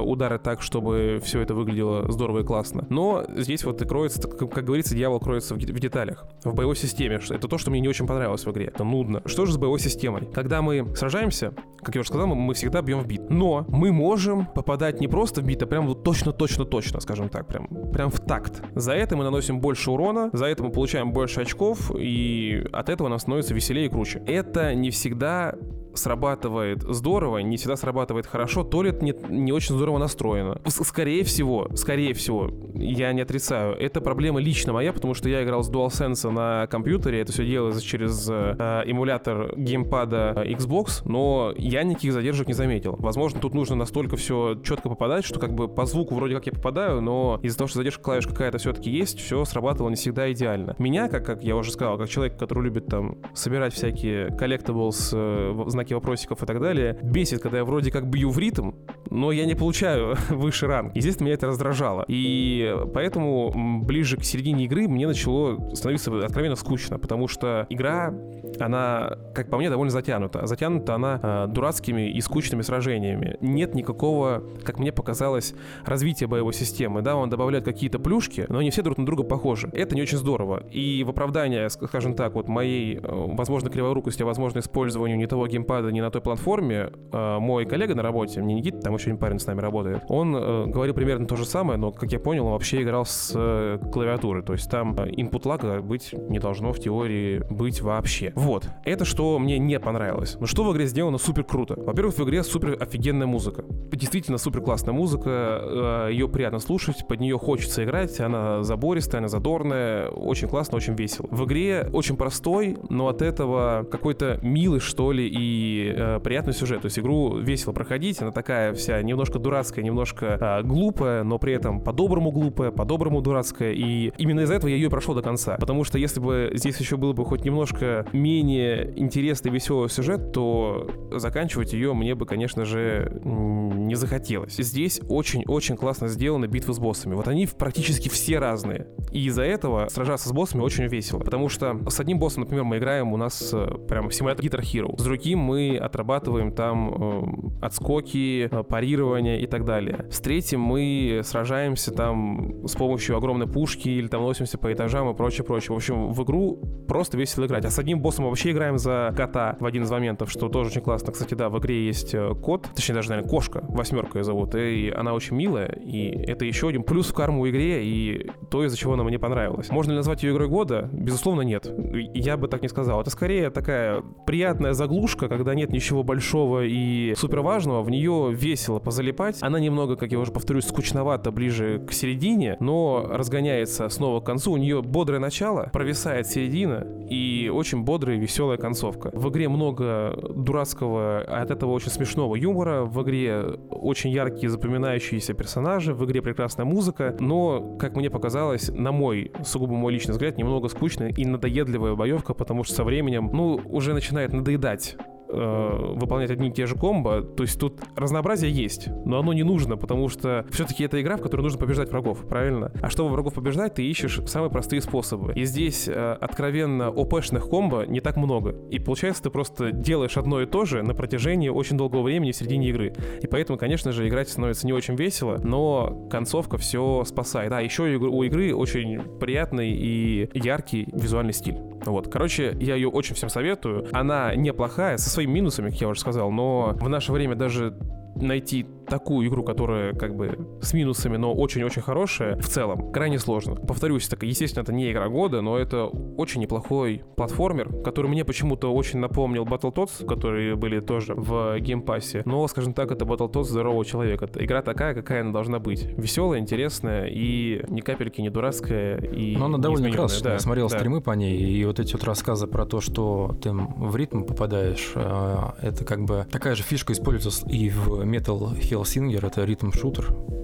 так, чтобы все это выглядело здорово и классно. Но здесь вот и кроется, как, как говорится, дьявол кроется в, в деталях. В боевой системе. Это то, что мне не очень понравилось в игре. Это нудно. Что же с боевой системой? Когда мы сражаемся, как я уже сказал, мы всегда бьем в бит. Но мы можем попадать не просто в бит, а прям вот точно-точно-точно, скажем так, прям, прям в такт. За это мы наносим больше урона, за это мы получаем больше очков, и от этого нам становится веселее и круче. Это не всегда срабатывает здорово, не всегда срабатывает хорошо, то ли это не, не очень здорово настроено. Скорее всего, скорее всего, я не отрицаю, это проблема лично моя, потому что я играл с DualSense на компьютере, это все делалось через э, эмулятор геймпада Xbox, но я никаких задержек не заметил. Возможно, тут нужно настолько все четко попадать, что как бы по звуку вроде как я попадаю, но из-за того, что задержка клавиш какая-то все-таки есть, все срабатывало не всегда идеально. Меня, как, как я уже сказал, как человек, который любит там собирать всякие collectibles, э, знаки вопросиков и так далее, бесит, когда я вроде как бью в ритм, но я не получаю выше ранг. Естественно, меня это раздражало. И поэтому ближе к середине игры мне начало становиться откровенно скучно, потому что игра, она, как по мне, довольно затянута. Затянута она э, дурацкими и скучными сражениями. Нет никакого, как мне показалось, развития боевой системы. Да, он добавляет какие-то плюшки, но они все друг на друга похожи. Это не очень здорово. И в оправдание, скажем так, вот моей, э, возможно, криворукости, возможно, использованию не того геймпада, не на той платформе, э, мой коллега на работе, мне Никита, там еще один парень с нами работает, он э, говорил примерно то же самое, но, как я понял, он вообще играл с э, клавиатуры, то есть там э, input lag быть не должно в теории быть вообще. Вот. Это что мне не понравилось. Но что в игре сделано супер круто? Во-первых, в игре супер офигенная музыка. Действительно супер классная музыка, э, ее приятно слушать, под нее хочется играть, она забористая, она задорная, очень классно, очень весело. В игре очень простой, но от этого какой-то милый, что ли, и И э, приятный сюжет. То есть игру весело проходить. Она такая вся немножко дурацкая, немножко э, глупая, но при этом по-доброму глупая, по-доброму дурацкая. И именно из-за этого я ее и прошел до конца. Потому что если бы здесь еще было бы хоть немножко менее интересный, веселый сюжет, то заканчивать ее мне бы, конечно же, не захотелось. Здесь очень-очень классно сделаны битвы с боссами. Вот они практически все разные. И из-за этого сражаться с боссами очень весело. Потому что с одним боссом, например, мы играем у нас э, прям в симулятор Guitar Hero. С другим мы отрабатываем там э, отскоки, э, парирование и так далее. С третьим мы сражаемся там с помощью огромной пушки или там носимся по этажам и прочее, прочее. В общем, в игру просто весело играть. А с одним боссом мы вообще играем за кота в один из моментов, что тоже очень классно. Кстати, да, в игре есть кот, точнее даже, наверное, кошка, восьмерка ее зовут, и она очень милая, и это еще один плюс в карму игре, и то, из-за чего она мне понравилась. Можно ли назвать ее игрой года? Безусловно, нет. Я бы так не сказал. Это скорее такая приятная заглушка, когда нет ничего большого и суперважного, в нее весело позалипать. Она немного, как я уже повторюсь, скучновато ближе к середине, но разгоняется снова к концу. У нее бодрое начало, провисает середина и очень бодрая и веселая концовка. В игре много дурацкого, а от этого очень смешного юмора. В игре очень яркие запоминающиеся персонажи, в игре прекрасная музыка, но, как мне показалось, на мой, сугубо мой личный взгляд, немного скучная и надоедливая боевка, потому что со временем, ну, уже начинает надоедать выполнять одни и те же комбо. То есть тут разнообразие есть, но оно не нужно, потому что все-таки это игра, в которой нужно побеждать врагов, правильно? А чтобы врагов побеждать, ты ищешь самые простые способы. И здесь э, откровенно ОПшных комбо не так много. И получается, ты просто делаешь одно и то же на протяжении очень долгого времени в середине игры. И поэтому, конечно же, играть становится не очень весело, но концовка все спасает. А еще у игры очень приятный и яркий визуальный стиль. Вот. Короче, я ее очень всем советую. Она неплохая, со своими минусами, как я уже сказал, но в наше время даже найти такую игру, которая как бы с минусами, но очень-очень хорошая, в целом, крайне сложно. Повторюсь, так, естественно, это не игра года, но это очень неплохой платформер, который мне почему-то очень напомнил Battletoads, которые были тоже в геймпассе. Но, скажем так, это Battletoads здорового человека. Это игра такая, какая она должна быть. Веселая, интересная и ни капельки не дурацкая. И
но она довольно красочная.
Да,
я смотрел
да.
стримы по ней, и вот эти вот рассказы про то, что ты в ритм попадаешь, это как бы такая же фишка используется и в Metal Hellsinger, это ритм-шутер.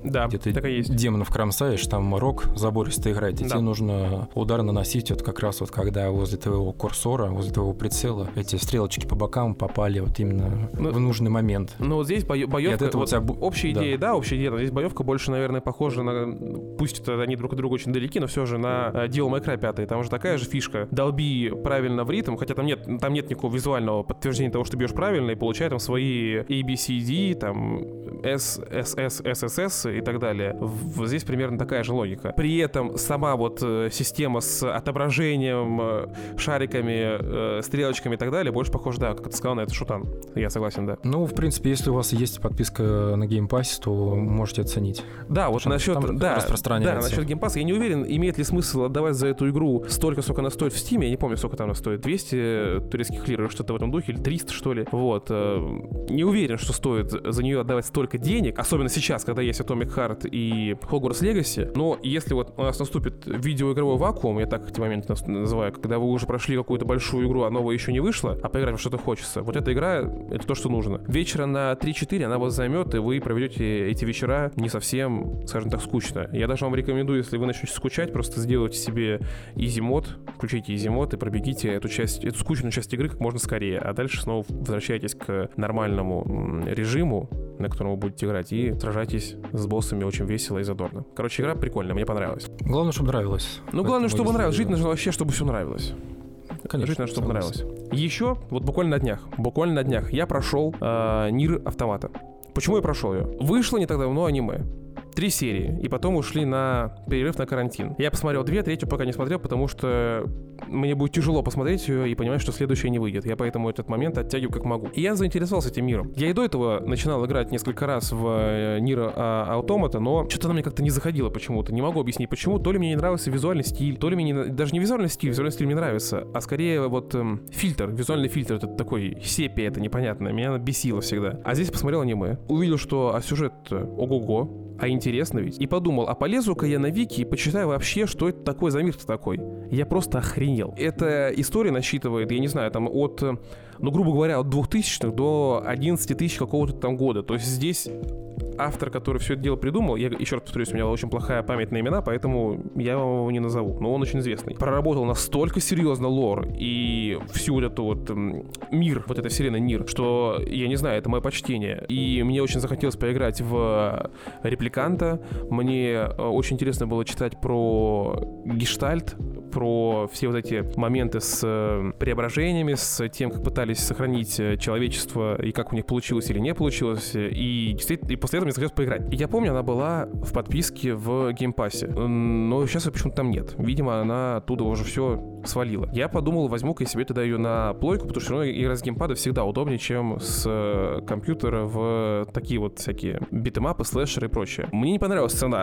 Да,
где ты
так и есть.
демонов кромсаешь, там рок забористо играет, и
Да.
тебе нужно удар наносить вот как раз вот когда возле твоего курсора, возле твоего прицела эти стрелочки по бокам попали вот именно
Ну,
в нужный момент.
Ну вот здесь бо- боевка,
этого у
вот
тебя бу-
общая
да.
идея, да, общая идея, но здесь боевка больше, наверное, похожа на, пусть это они друг от друга очень далеки, но все же на э, Devil May Cry пять, там же такая же фишка, долби правильно в ритм, хотя там нет, там нет никакого визуального подтверждения того, что бьешь правильно, и получай там свои A, B, C, D, там S, S, S, S, S, S и так далее. В- здесь примерно такая же логика. При этом сама вот э, система с отображением, э, шариками, э, стрелочками и так далее больше похожа, да, как ты сказал, на это шутан. Я согласен, да.
Ну, в принципе, если у вас есть подписка на Game Pass, то можете оценить.
Да, вот
Там-
насчет,
там
да, да,
распространяется.
насчет Game Pass, я не уверен, имеет ли смысл отдавать за эту игру столько, сколько она стоит в Steam, я не помню, сколько там она стоит, двести турецких лир или что-то в этом духе, или триста, что ли. Вот. э, Не уверен, что стоит за нее отдавать столько денег, особенно сейчас, когда есть Atomic Heart и Hogwarts Legacy, но если вот у нас наступит видеоигровой вакуум, я так эти моменты нас- называю, когда вы уже прошли какую-то большую игру, а новая еще не вышла, а поиграть во что-то хочется, вот эта игра — это то, что нужно. Вечера на три-четыре она вас займет, и вы проведете эти вечера не совсем, скажем так, скучно. Я даже вам рекомендую, если вы начнете скучать, просто сделайте себе easy мод, включите easy мод и пробегите эту часть, эту скучную часть игры как можно скорее, а дальше снова возвращайтесь к нормальному м, режиму, на котором вы будете играть, и сражайтесь с боссами очень весело и задорно. Короче, игра прикольная, мне понравилась.
Главное, чтобы нравилось.
Ну, главное,
Поэтому
чтобы
если-
нравилось. Жить нужно вообще, чтобы все нравилось.
Конечно,
Жить надо, чтобы
согласен.
нравилось. Еще, вот буквально на днях, буквально на днях я прошел э, Нир Автомата. Почему я прошел ее? Вышло не так давно аниме. Три серии, и потом ушли на перерыв на карантин. Я посмотрел две, третью пока не смотрел, потому что мне будет тяжело посмотреть ее и понимать, что следующая не выйдет. Я поэтому этот момент оттягиваю как могу. И я заинтересовался этим миром. Я и до этого начинал играть несколько раз в э, Нир Автомата, но что-то она мне как-то не заходила почему-то. Не могу объяснить, почему. То ли мне не нравился визуальный стиль, то ли мне не... даже не визуальный стиль, визуальный стиль мне нравится, а скорее вот эм, фильтр, визуальный фильтр, это такой сепия, это непонятно. Меня она бесила всегда. А здесь посмотрел аниме, увидел, что а сюжет ого-го, а интересно ведь. И подумал, а полезу-ка я на Вики и почитаю вообще, что это такое за мир-то такой. Я просто охренел. Эта история насчитывает, я не знаю, там от, ну, грубо говоря, от двухтысячных до одиннадцати тысяч какого-то там года. То есть здесь автор, который все это дело придумал, я еще раз повторюсь, у меня очень плохая память на имена, поэтому я вам его не назову, но он очень известный. Проработал настолько серьезно лор и всю вот эту вот м, мир, вот этой вселенной Нир, что, я не знаю, это мое почтение. И мне очень захотелось поиграть в Репликанта, мне э, очень интересно было читать про Гештальт, про все вот эти моменты с э, преображениями, с тем, как пытались сохранить э, человечество и как у них получилось или не получилось. И действительно, и после этого мне захотелось поиграть. И я помню, она была в подписке в геймпассе, но сейчас ее почему-то там нет. Видимо, она оттуда уже все свалила. Я подумал, возьму-ка я себе тогда ее на плойку, потому что ну, игра с геймпада всегда удобнее, чем с э, компьютера в такие вот всякие битэмапы, слэшеры и прочее. Мне не понравилась цена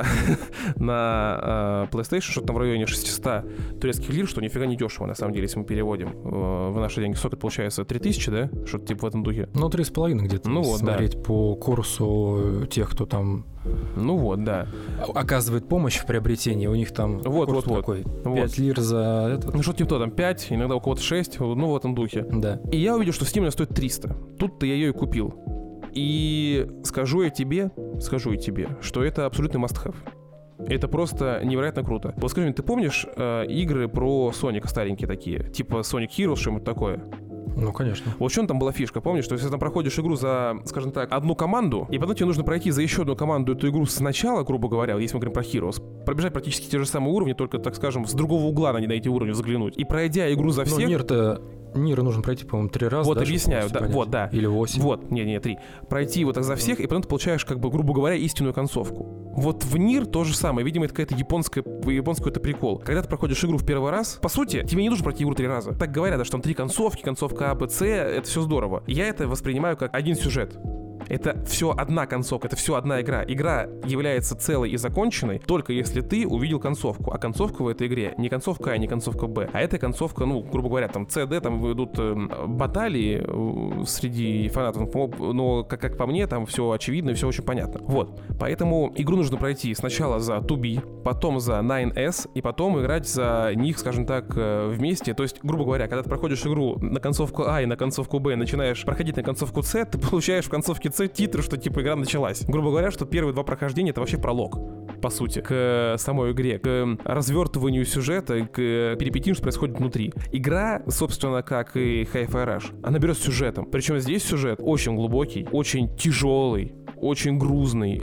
на э, PlayStation, что-то там в районе шестьсот турецких лир, что нифига не дешево, на самом деле, если мы переводим э, в наши деньги. Сколько это получается? три тысячи, да? Что-то типа в этом духе.
Ну, три с половиной где-то.
Ну вот,
смотреть по курсу тех, кто там
Ну вот, да.
оказывает помощь в приобретении. У них там
Вот,
курс
вот, вот.
такой.
Вот.
пять лир за этот.
Ну что-то не то, там пять, иногда у кого-то шесть, ну в этом духе.
Да.
И я увидел, что в Steam она стоит триста. Тут-то я ее и купил. И скажу я тебе, скажу я тебе, что это абсолютный must-have. Это просто невероятно круто. Вот скажи мне, ты помнишь э, игры про Соника старенькие такие? Типа Sonic Heroes, что-нибудь такое?
Ну, конечно.
Вот в чем там была фишка, помнишь? То есть, если там проходишь игру за, скажем так, одну команду, и потом тебе нужно пройти за еще одну команду эту игру сначала, грубо говоря, если мы говорим про Heroes, пробежать практически те же самые уровни, только, так скажем, с другого угла на эти уровни взглянуть. И пройдя игру за всех...
Ну, Нир-то... Нир нужно пройти, по-моему, три раза.
Вот,
да,
объясняю, да,
чтобы
вот, да.
Или восемь.
Вот, не, не, три. Пройти вот так за всех, и потом ты получаешь, как бы, грубо говоря, истинную концовку. Вот в Нир то же самое. Видимо, это какая-то японская, японский какой-то прикол. Когда ты проходишь игру в первый раз, по сути, тебе не нужно пройти игру три раза. Так говорят, да, что там три концовки, концовка А, Б, С, это все здорово. Я это воспринимаю как один сюжет. Это все одна концовка, это все одна игра. Игра является целой и законченной только если ты увидел концовку. А концовка в этой игре не концовка А, не концовка Б, а это концовка, ну, грубо говоря, там С, Д, там идут э, баталии э, среди фанатов. Но, как, как по мне, там все очевидно и все очень понятно. Вот. Поэтому игру нужно пройти сначала за ту би, потом за найн эс, и потом играть за них, скажем так, э, вместе. То есть, грубо говоря, когда ты проходишь игру на концовку А и на концовку Б, начинаешь проходить на концовку С, ты получаешь в концовке конце титры, что типа игра началась. Грубо говоря, что первые два прохождения — это вообще пролог, по сути, к самой игре, к развертыванию сюжета, к перипетиям, что происходит внутри. Игра, собственно, как и Hi-Fi Rush, она берет сюжетом. Причем здесь сюжет очень глубокий, очень тяжелый, очень грузный.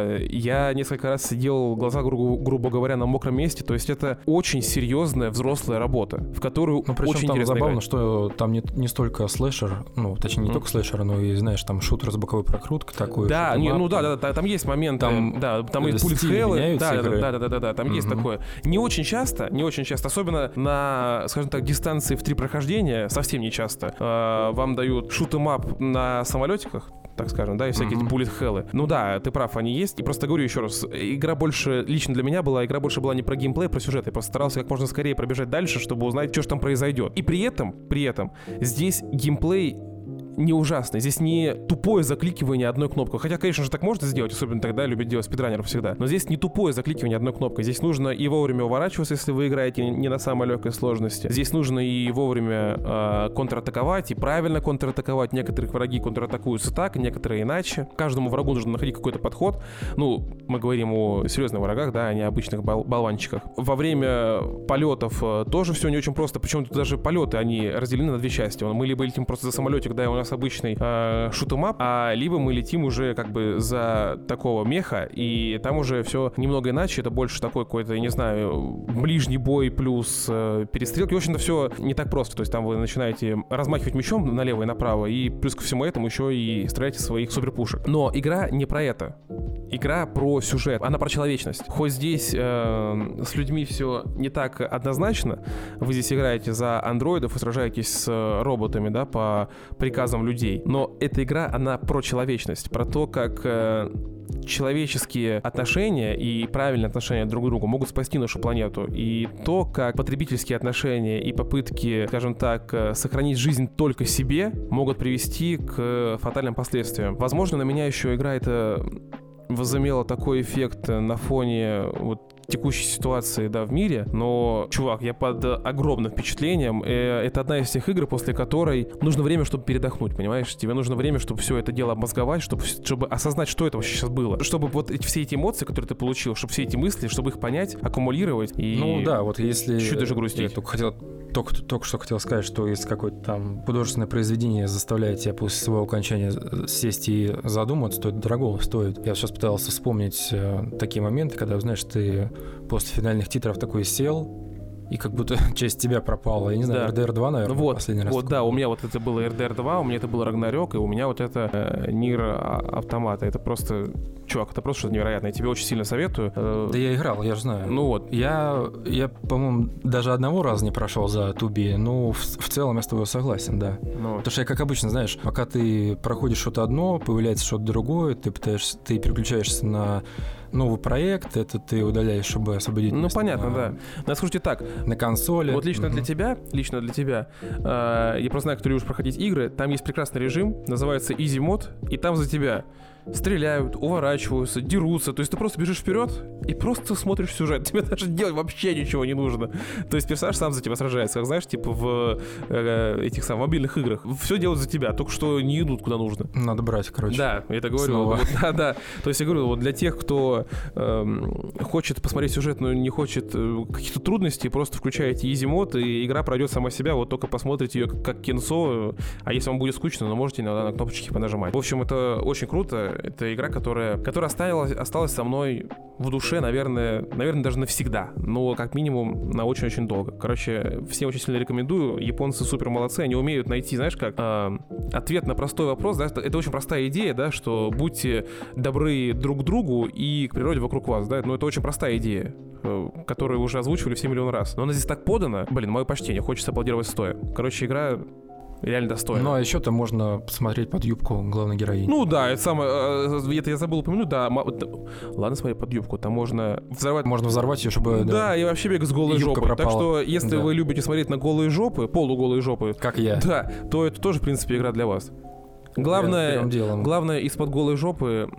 Я несколько раз сидел, глаза, гру- грубо говоря, на мокром месте. То есть это очень серьезная взрослая работа, в которую
ну, причем
очень
там
интересно
забавно,
играть.
Что там не, не столько слэшер, ну, точнее, не mm. только слэшер, но и, знаешь, там шутер с боковой прокруткой такой.
Да, не, ну да, да, да, там есть моменты, там, да, там есть пульс хеллы, да, да, да, да, да, да, там mm-hmm. есть такое. Не очень часто, не очень часто, особенно на, скажем так, дистанции в три прохождения, совсем не часто, э, вам дают шут-эм-ап на самолетиках, так скажем, да, и всякие mm-hmm. bullet hell'ы. Ну да, ты прав, они есть. И просто говорю еще раз, игра больше, лично для меня была, игра больше была не про геймплей, а про сюжет. Я просто старался как можно скорее пробежать дальше, чтобы узнать, что же там произойдет. И при этом, при этом, здесь геймплей не ужасный. Здесь не тупое закликивание одной кнопкой. Хотя, конечно же, так можно сделать, особенно тогда любят делать спидранеры всегда. Но здесь не тупое закликивание одной кнопкой. Здесь нужно и вовремя уворачиваться, если вы играете не на самой легкой сложности. Здесь нужно и вовремя э, контратаковать, и правильно контратаковать. Некоторые враги контратакуются так, некоторые иначе. Каждому врагу нужно находить какой-то подход. Ну, мы говорим о серьезных врагах, да, а не обычных бол- болванчиках. Во время полетов э, тоже все не очень просто. Причем тут даже полеты, они разделены на две части. Мы либо летим просто за самолетик, да, и у нас обычный э, шут-эм-ап, а либо мы летим уже как бы за такого меха, и там уже все немного иначе, это больше такой какой-то, я не знаю, ближний бой плюс э, перестрелки. В общем-то, все не так просто, то есть там вы начинаете размахивать мечом налево и направо, и плюс ко всему этому еще и стреляете своих суперпушек. Но игра не про это. Игра про сюжет, она про человечность. Хоть здесь э, с людьми все не так однозначно, вы здесь играете за андроидов и сражаетесь с роботами, да, по приказам людей, но эта игра, она про человечность, про то, как э, человеческие отношения и правильные отношения друг к другу могут спасти нашу планету, и то, как потребительские отношения и попытки, скажем так, сохранить жизнь только себе могут привести к фатальным последствиям. Возможно, на меня еще игра эта возымела такой эффект на фоне вот текущей ситуации, да, в мире, но, чувак, я под огромным впечатлением. Это одна из тех игр, после которой нужно время, чтобы передохнуть, понимаешь? Тебе нужно время, чтобы все это дело обмозговать, чтобы, чтобы осознать, что это вообще сейчас было. Чтобы вот эти, все эти эмоции, которые ты получил, чтобы все эти мысли, чтобы их понять, аккумулировать и...
Ну да, вот если...
Чуть даже грустить.
Я только хотел... Только, только что хотел сказать, что если какое-то там художественное произведение заставляет тебя после своего окончания сесть и задуматься, то это дорого стоит. Я сейчас пытался вспомнить э, такие моменты, когда, знаешь, ты после финальных титров такой сел, и как будто часть тебя пропала. Я не знаю,
да.
эр дэ эр два, наверное,
вот,
последний раз.
Вот, да, у меня вот это было эр дэ эр два, у меня это был Рагнарёк, и у меня вот это э, Нир Автомата. Это просто... Чувак, это просто что-то невероятное. Я тебе очень сильно советую.
Да я играл, я же знаю.
Ну вот.
Я, я по-моему, даже одного раза не прошел за Туби, но в, в целом я с тобой согласен, да.
Ну.
Потому что я, как обычно, знаешь, пока ты проходишь что-то одно, появляется что-то другое, ты пытаешься, ты переключаешься на новый проект, это ты удаляешь, чтобы освободить
Ну,
место
понятно,
на,
да. Но слушайте так.
На консоли.
Вот лично mm-hmm. для тебя, лично для тебя, э, я просто знаю, кто любишь проходить игры, там есть прекрасный режим, называется Easy Mode, и там за тебя стреляют, уворачиваются, дерутся. То есть ты просто бежишь вперед и просто смотришь сюжет. Тебе даже делать вообще ничего не нужно. То есть персонаж сам за тебя сражается, как знаешь, типа в э, этих самых мобильных играх. Все делают за тебя, только что не идут куда нужно.
Надо брать, короче.
Да, я это говорю. Вот, да, да. То есть я говорю, вот для тех, кто э, хочет посмотреть сюжет, но не хочет э, каких-то трудностей, просто включаете Easy Mode, и игра пройдет сама себя. Вот только посмотрите ее как, как кинцо. А если вам будет скучно, то можете на, на кнопочки понажимать. В общем, это очень круто. Это игра, которая, которая осталась, осталась со мной в душе, наверное, наверное, даже навсегда. Но как минимум на очень-очень долго. Короче, всем очень сильно рекомендую. Японцы супер молодцы. Они умеют найти, знаешь как, э, ответ на простой вопрос. Да? Это очень простая идея, да, что будьте добры друг к другу и к природе вокруг вас. Да? Но это очень простая идея, э, которую уже озвучивали все миллион раз. Но она здесь так подана. Блин, мое почтение. Хочется аплодировать стоя. Короче, игра... реально достойно.
Ну, а еще-то можно посмотреть под юбку главной героини.
Ну да, это самое, это я забыл упомянуть, да, ладно, смотри, под юбку, там можно взорвать...
Можно взорвать ее, чтобы...
Да, да и вообще бегать с голой жопой. Пропала. Так что, если да. вы любите смотреть на голые жопы, полуголые жопы...
Как я.
Да, то это тоже, в принципе, игра для вас. Главное, главное из-под голой жопы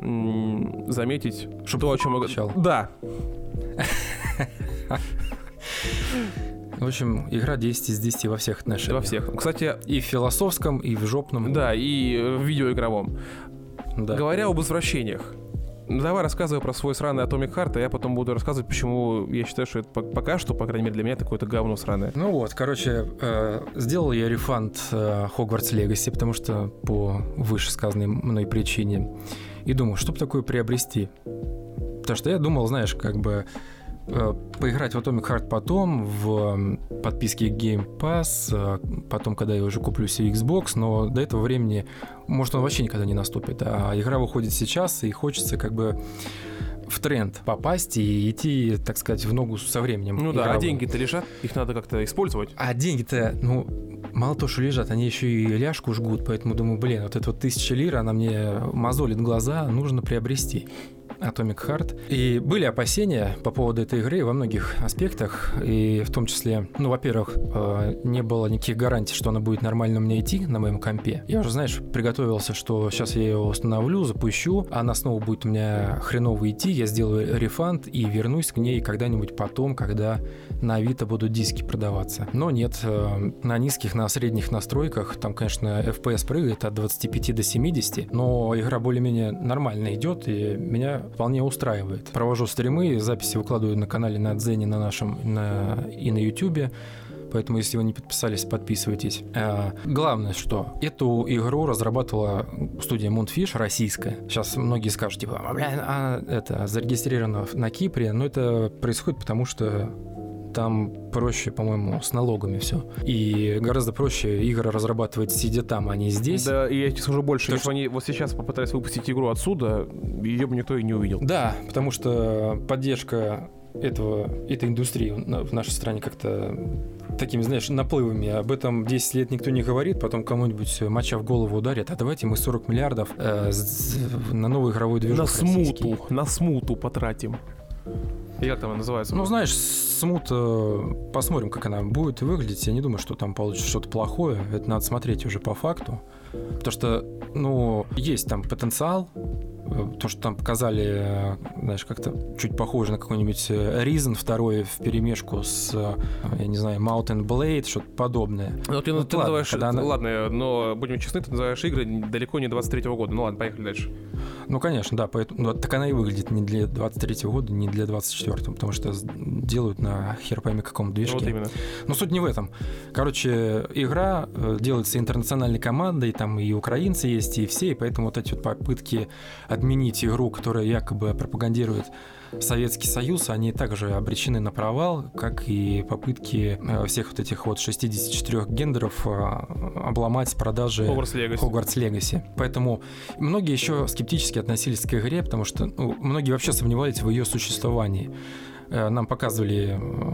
м- заметить,
чтобы
то, о чем...
Начал.
Да.
В общем, игра десять из десяти во всех отношениях.
Во всех. Кстати,
и в философском, и в жопном.
Да, и в видеоигровом.
да.
Говоря об извращениях, давай рассказывай про свой сраный Atomic Heart, а я потом буду рассказывать, почему я считаю, что это пока что, по крайней мере, для меня такое-то говно сраное.
Ну вот, короче, э, сделал я рефанд э, Hogwarts Legacy, потому что по вышесказанной мной причине. И думаю, что бы такое приобрести? Потому что я думал, знаешь, как бы э, поиграть в Atomic Heart потом, в подписке Game Pass, э, потом, когда я уже куплю себе Xbox, но до этого времени, может, он вообще никогда не наступит. А игра выходит сейчас, и хочется как бы в тренд попасть и идти, так сказать, в ногу со временем.
Ну да,
игровым.
а деньги-то лежат, их надо как-то использовать.
А деньги-то, ну, мало того, что лежат, они еще и ляжку жгут, поэтому думаю, блин, вот эта вот тысяча лир, она мне мозолит глаза, нужно приобрести Atomic Heart. И были опасения по поводу этой игры во многих аспектах, и в том числе, ну, во-первых, не было никаких гарантий, что она будет нормально у меня идти на моем компе. Я уже, знаешь, приготовился, что сейчас я ее установлю, запущу, она снова будет у меня хреново идти, я сделаю рефанд и вернусь к ней когда-нибудь потом, когда на Авито будут диски продаваться. Но нет, на низких, на средних настройках, там, конечно, эф пи эс прыгает от двадцати пяти до семидесяти, но игра более-менее нормально идет, и меня вполне устраивает. Провожу стримы, записи выкладываю на канале на Дзене, на нашем на, и на Ютубе. Поэтому, если вы не подписались, подписывайтесь. А, главное, что эту игру разрабатывала студия Moonfish, российская. Сейчас многие скажут, типа, бля, а, это зарегистрировано на Кипре, но это происходит потому, что там проще, по-моему, с налогами все. И гораздо проще игры разрабатывать, сидя там, а не здесь.
Да, и я тебе скажу больше,
То
если бы они вот сейчас попытались выпустить игру отсюда, ее бы никто и не увидел.
Да, потому что поддержка этого, этой индустрии в нашей стране как-то такими, знаешь, наплывами. Об этом десять лет никто не говорит, потом кому-нибудь моча в голову ударит, а давайте мы сорок миллиардов э, на новый игровой движок
На
российский.
смуту, на смуту потратим. И как там она называется?
Ну, знаешь, смута, посмотрим, как она будет выглядеть. Я не думаю, что там получится что-то плохое. Это надо смотреть уже по факту. Потому что, ну, есть там потенциал. То, что там показали, знаешь, как-то чуть похоже на какой-нибудь Risen второй вперемешку с, я не знаю, Mountain Blade, что-то подобное.
Ну, ты,
вот
ты
ладно,
называешь...
она...
Ладно, но будем честны, ты называешь игры далеко не двадцать третьего года. Ну ладно, поехали дальше.
Ну, конечно, да. Поэтому, ну, так она и выглядит не для двадцать третьего года, не для двадцать четвёртого, потому что делают на хер пойми каком движке.
Вот именно.
Но суть не в этом. Короче, игра делается интернациональной командой, там и украинцы есть, и все, и поэтому вот эти вот попытки отменить игру, которая якобы пропагандирует Советский Союз, они также обречены на провал, как и попытки всех вот этих вот шестидесяти четырёх гендеров обломать продажи
Hogwarts Legacy.
Hogwarts Legacy. Поэтому многие еще скептически относились к игре, потому что ну, многие вообще сомневались в ее существовании. Нам показывали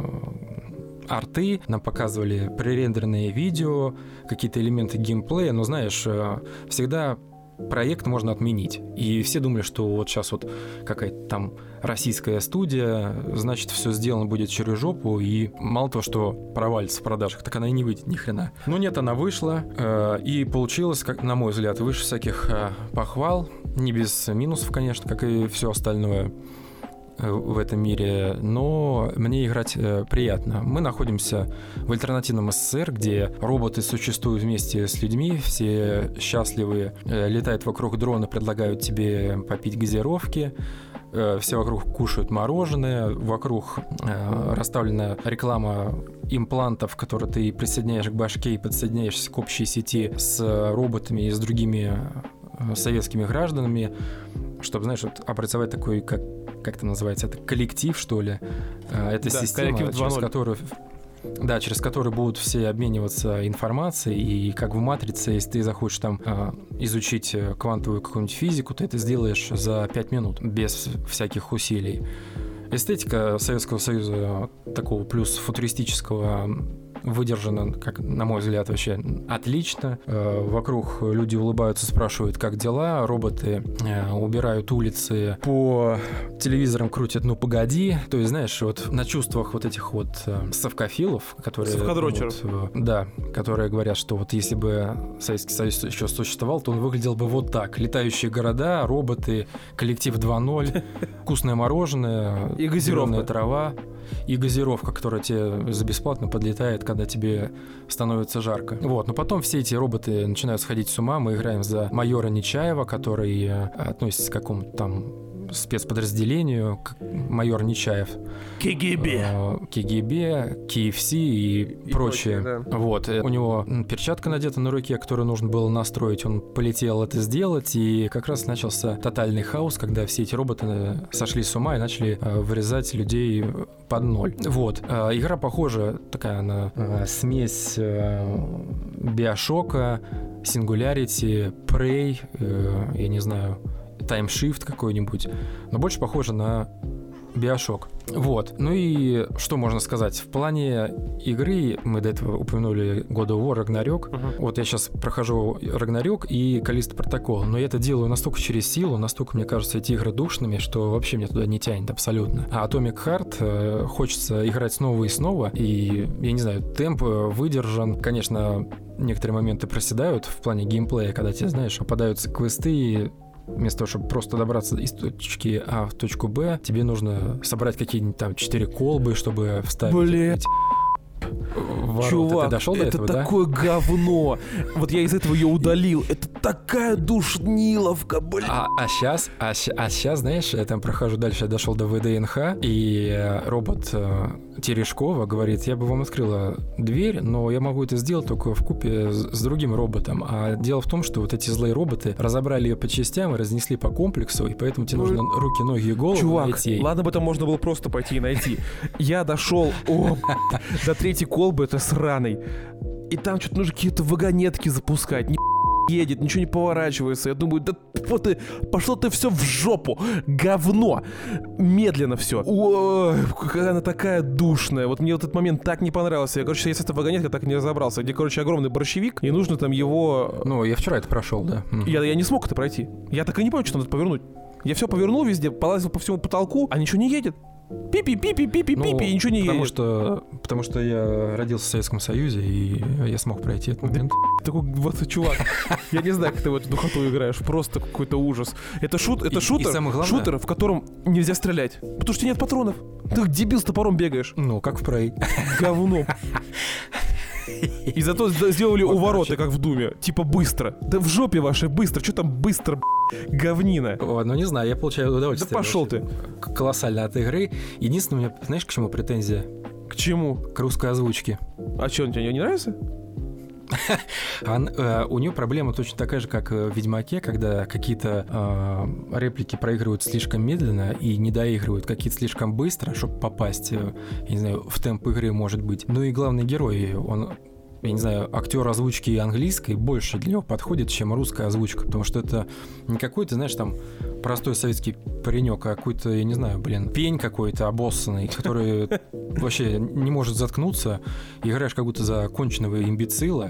арты, нам показывали пререндерные видео, какие-то элементы геймплея, но знаешь, всегда проект можно отменить. И все думали, что вот сейчас вот какая-то там российская студия, значит, все сделано будет через жопу, и мало того, что провалится в продажах, так она и не выйдет ни хрена. Но нет, она вышла, э, и получилось, как, на мой взгляд, выше всяких э, похвал, не без минусов, конечно, как и все остальное в этом мире, но мне играть э, приятно. Мы находимся в альтернативном СССР, где роботы существуют вместе с людьми, все счастливые, э, летают вокруг дрона, предлагают тебе попить газировки, э, все вокруг кушают мороженое, вокруг э, расставлена реклама имплантов, которые ты присоединяешь к башке и подсоединяешься к общей сети с роботами и с другими советскими гражданами, чтобы, знаешь, вот образовать такой, как как это называется, это коллектив, что ли. Это да, система, через которую, да, через которую будут все обмениваться информацией, и как в «Матрице», если ты захочешь там изучить квантовую какую-нибудь физику, ты это сделаешь за пять минут, без всяких усилий. Эстетика Советского Союза такого плюс футуристического выдержана, как, на мой взгляд, вообще отлично. Э, вокруг люди улыбаются, спрашивают, как дела. Роботы э, убирают улицы, по телевизорам крутят «Ну, погоди». То есть, знаешь, вот на чувствах вот этих вот э, совкофилов, которые...
Совкодрочеров.
Вот, э, да, которые говорят, что вот если бы Советский Союз еще существовал, то он выглядел бы вот так. Летающие города, роботы, коллектив два ноль, вкусное мороженое,
и газировка.
трава. и газировка, которая тебе за бесплатно подлетает, когда тебе становится жарко. Вот, но потом все эти роботы начинают сходить с ума. Мы играем за майора Нечаева, который относится к какому-то там спецподразделению, майор Нечаев.
КГБ.
КГБ, КФС и, и прочее.
прочее да.
Вот. У него перчатка надета на руке, которую нужно было настроить. Он полетел это сделать, и как раз начался тотальный хаос, когда все эти роботы сошли с ума и начали вырезать людей под ноль. Вот. Игра похожа такая на смесь Биошока, Singularity, Prey, я не знаю, Time Shift какой-нибудь, но больше похоже на Биошок. Вот. Ну и что можно сказать? В плане игры, мы до этого упомянули God of War, Ragnarok. Uh-huh. Вот я сейчас прохожу Ragnarok и Callisto Protocol, но я это делаю настолько через силу, настолько, мне кажется, эти игры душными, что вообще меня туда не тянет абсолютно. А Atomic Heart э, хочется играть снова и снова, и, я не знаю, темп выдержан. Конечно, некоторые моменты проседают в плане геймплея, когда тебе, знаешь, попадаются квесты, и вместо того, чтобы просто добраться из точки А в точку Б, тебе нужно собрать какие-нибудь там четыре колбы, чтобы вставить.
Блин.
Ворота.
Чувак,
ты дошел до
это
этого,
такое
да?
говно. Вот я из этого ее удалил. Это такая душниловка, блин.
А, а сейчас, а, а сейчас, знаешь, я там прохожу дальше, я дошел до вэ дэ эн ха, и робот э, Терешкова говорит, я бы вам открыла дверь, но я могу это сделать только вкупе с, с другим роботом. А дело в том, что вот эти злые роботы разобрали ее по частям и разнесли по комплексу, и поэтому тебе нужно руки, ноги и голову
Чувак,
найти.
ладно бы там можно было просто пойти и найти. Я дошел о, до третьей колбы, это сраный. И там что-то нужно какие-то вагонетки запускать. Не едет, ничего не поворачивается. Я думаю, да вот ты, пошло ты все в жопу. Говно. Медленно все. Ой, какая она такая душная. Вот мне вот этот момент так не понравился. Я, короче, я с этой вагонеткой так и не разобрался. Где, короче, огромный борщевик, и нужно там его...
Ну, я вчера это прошел, да.
Я, я не смог это пройти. Я так и не понял, что надо повернуть. Я все повернул везде, полазил по всему потолку, а ничего не едет. Пипи, пипи, пипи,
ну,
пипи, и ничего не
потому
едет.
Что, потому что я родился в Советском Союзе, и я смог пройти этот момент.
Такой вот чувак. Я не знаю, как ты в эту духоту играешь. Просто какой-то ужас. Это, шут, это
И-
шутер,
и самое главное-
шутер, в котором нельзя стрелять. Потому что нет патронов. Ты как дебил с топором бегаешь.
Ну, как в Prey.
Говно. И зато з- сделали
Вот,
у ворота,
короче.
как в Думе. Типа быстро. Да в жопе вашей быстро. Что там быстро, б***ь, говнина.
Вот, ну не знаю, я получаю
Да
удовольствие.
пошел
вообще.
ты.
К- Колоссально от игры. Единственное, у меня, знаешь, к чему претензия?
К чему?
К русской озвучке.
А что, тебе не нравится?
Ан- э, у нее проблема точно такая же, как в Ведьмаке, когда какие-то э, реплики проигрывают слишком медленно и не доигрывают какие-то слишком быстро, чтобы попасть, э, я не знаю, в темп игры, может быть. Ну и главный герой, он, я не знаю, актер озвучки английской больше для него подходит, чем русская озвучка, потому что это не какой-то, знаешь, там простой советский паренек, а какой-то, я не знаю, блин, пень какой-то обоссанный, который вообще не может заткнуться, играешь как будто за конченого имбецила,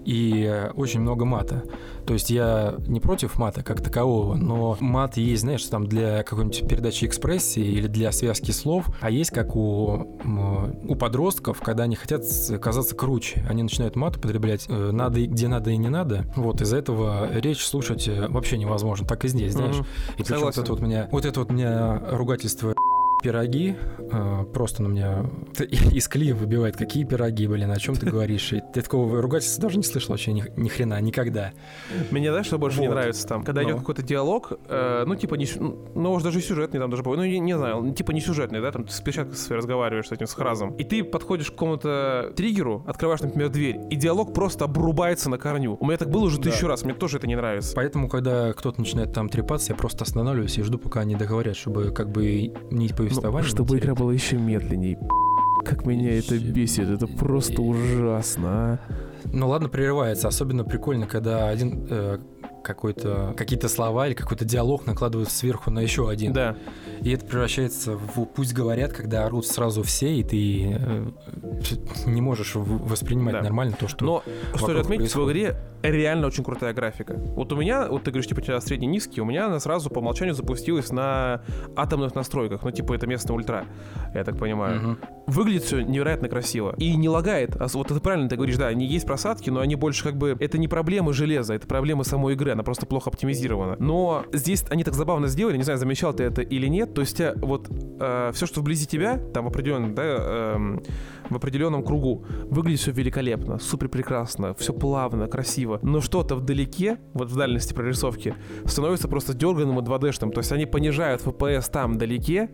и очень много мата. То есть я не против мата как такового, но мат есть, знаешь, там для какой-нибудь передачи экспрессии или для связки слов, а есть как у, м, у подростков, когда они хотят с- казаться круче. Они начинают мат употреблять э, надо и где надо и не надо. Вот из-за этого речь слушать э, вообще невозможно. Так и здесь, знаешь.
Мгм.
И причем вот
Согласен.
это вот меня, вот это вот меня ругательство пироги э, просто на меня из колеи выбивает. Какие пироги, блин, о чем ты говоришь? И ты такого ругательства даже не слышал вообще ни, ни хрена, никогда.
Мне, знаешь, что больше не
Вот.
нравится там? Когда
Ну.
идет какой-то диалог, э, ну, типа, не, сю- ну, может, даже сюжетный там даже бывает, ну, не, не знаю, типа не сюжетный, да, там ты с перчаткой своей разговариваешь с этим, с Хразом, и ты подходишь к какому-то триггеру, открываешь, например, дверь, и диалог просто обрубается на корню. У меня так было уже
Да.
тысячу раз, мне тоже это не нравится.
Поэтому, когда кто-то начинает там трепаться, я просто останавливаюсь и жду, пока они договорят, чтобы как бы не повествование.
чтобы игра была еще медленней. Как меня это
Еще
бесит, это просто ужасно, а.
Ну ладно, прерывается. Особенно прикольно, когда один э, какой-то какие-то слова или какой-то диалог накладывают сверху на еще один.
Да.
И это превращается в пусть говорят, когда орут сразу все, и ты э, не можешь в- воспринимать
Да.
нормально то, что.
Но стоит
вокруг
отметить, в
происходит.
игре реально очень крутая графика. Вот у меня, вот ты говоришь, типа, у тебя средний-низкий, у меня она сразу по умолчанию запустилась на атомных настройках. Ну, типа, это местная ультра, я так понимаю.
Мгм.
Выглядит все невероятно красиво. И не лагает. А с- вот это правильно ты говоришь, да, они есть просадки, но они больше как бы... Это не проблемы железа, это проблемы самой игры.
ли, она просто плохо оптимизирована. Но здесь они так забавно сделали, не знаю, замечал ты это или нет, то есть э, вот э, все, что вблизи тебя, там в определенном, да, э, в определенном кругу, выглядит все великолепно, супер прекрасно, все плавно, красиво, но что-то вдалеке, вот в дальности прорисовки, становится просто дерганым и два дэ-шным, то есть они понижают эф пи эс там вдалеке,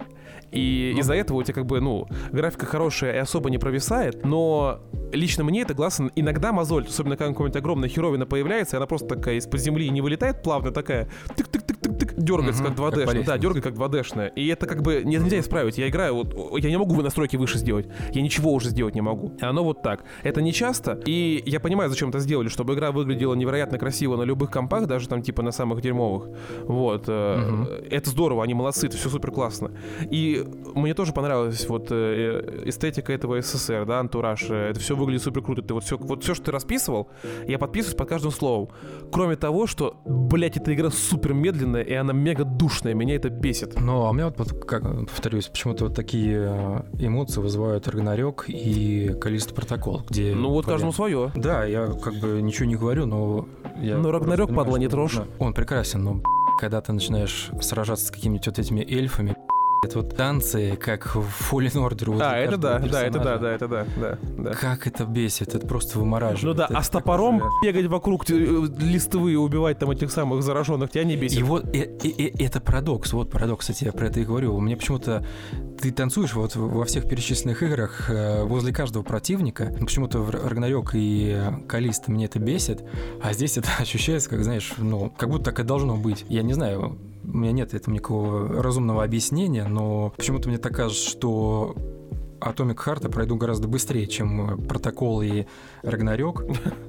и ну, из-за этого у тебя как бы, ну, графика хорошая и особо не провисает, но лично мне это глаз иногда мозолит, особенно когда какая-нибудь огромная херовина появляется, и она просто такая из-под земли не вылетает плавно, такая тык-тык-тык-тык-тык, дергается угу, как два дэ-шная, да, дергает как два дэ-шная, и это как бы нельзя исправить, я играю, вот, я не могу настройки выше сделать, я ничего уже сделать не могу, оно вот так, это не часто, и я понимаю, зачем это сделали, чтобы игра выглядела невероятно красиво на любых компах, даже там типа на самых дерьмовых, вот, угу. Это здорово, они молодцы, это все супер классно, и мне тоже понравилась вот эстетика этого эс эс эр, да, антураж, это все выглядит супер круто, ты вот все, вот все, что ты расписывал, я подписываюсь под каждым словом, кроме того, что, блять, эта игра супер медленная, и она мега душная, меня это бесит.
Ну, а у меня вот, как, повторюсь, почему-то вот такие эмоции вызывают Рагнарёк и Каллисто Протокол, где...
Ну, вот каждому свое.
Да, я как бы ничего не говорю, но... Я
ну, Рагнарёк, падла, не трожь.
Он прекрасен, но когда ты начинаешь сражаться с какими-нибудь вот этими эльфами, это вот танцы, как в Fallen Order.
А, это да, да, это да, да, это да, да, да.
Как это бесит, это просто вымораживает.
Ну да,
это
а с топором такой... бегать вокруг листвы, убивать там этих самых зараженных, тебя не бесит.
И вот и, и, и, это парадокс, вот парадокс, кстати, я про это и говорю. У меня почему-то ты танцуешь вот во всех перечисленных играх возле каждого противника, почему-то в Рагнарёк и Каллисто мне это бесит, а здесь это ощущается, как, знаешь, ну, как будто так и должно быть. Я не знаю, у меня нет этому никакого разумного объяснения, но почему-то мне так кажется, что Atomic Heart я пройду гораздо быстрее, чем Протокол и Рагнарёк,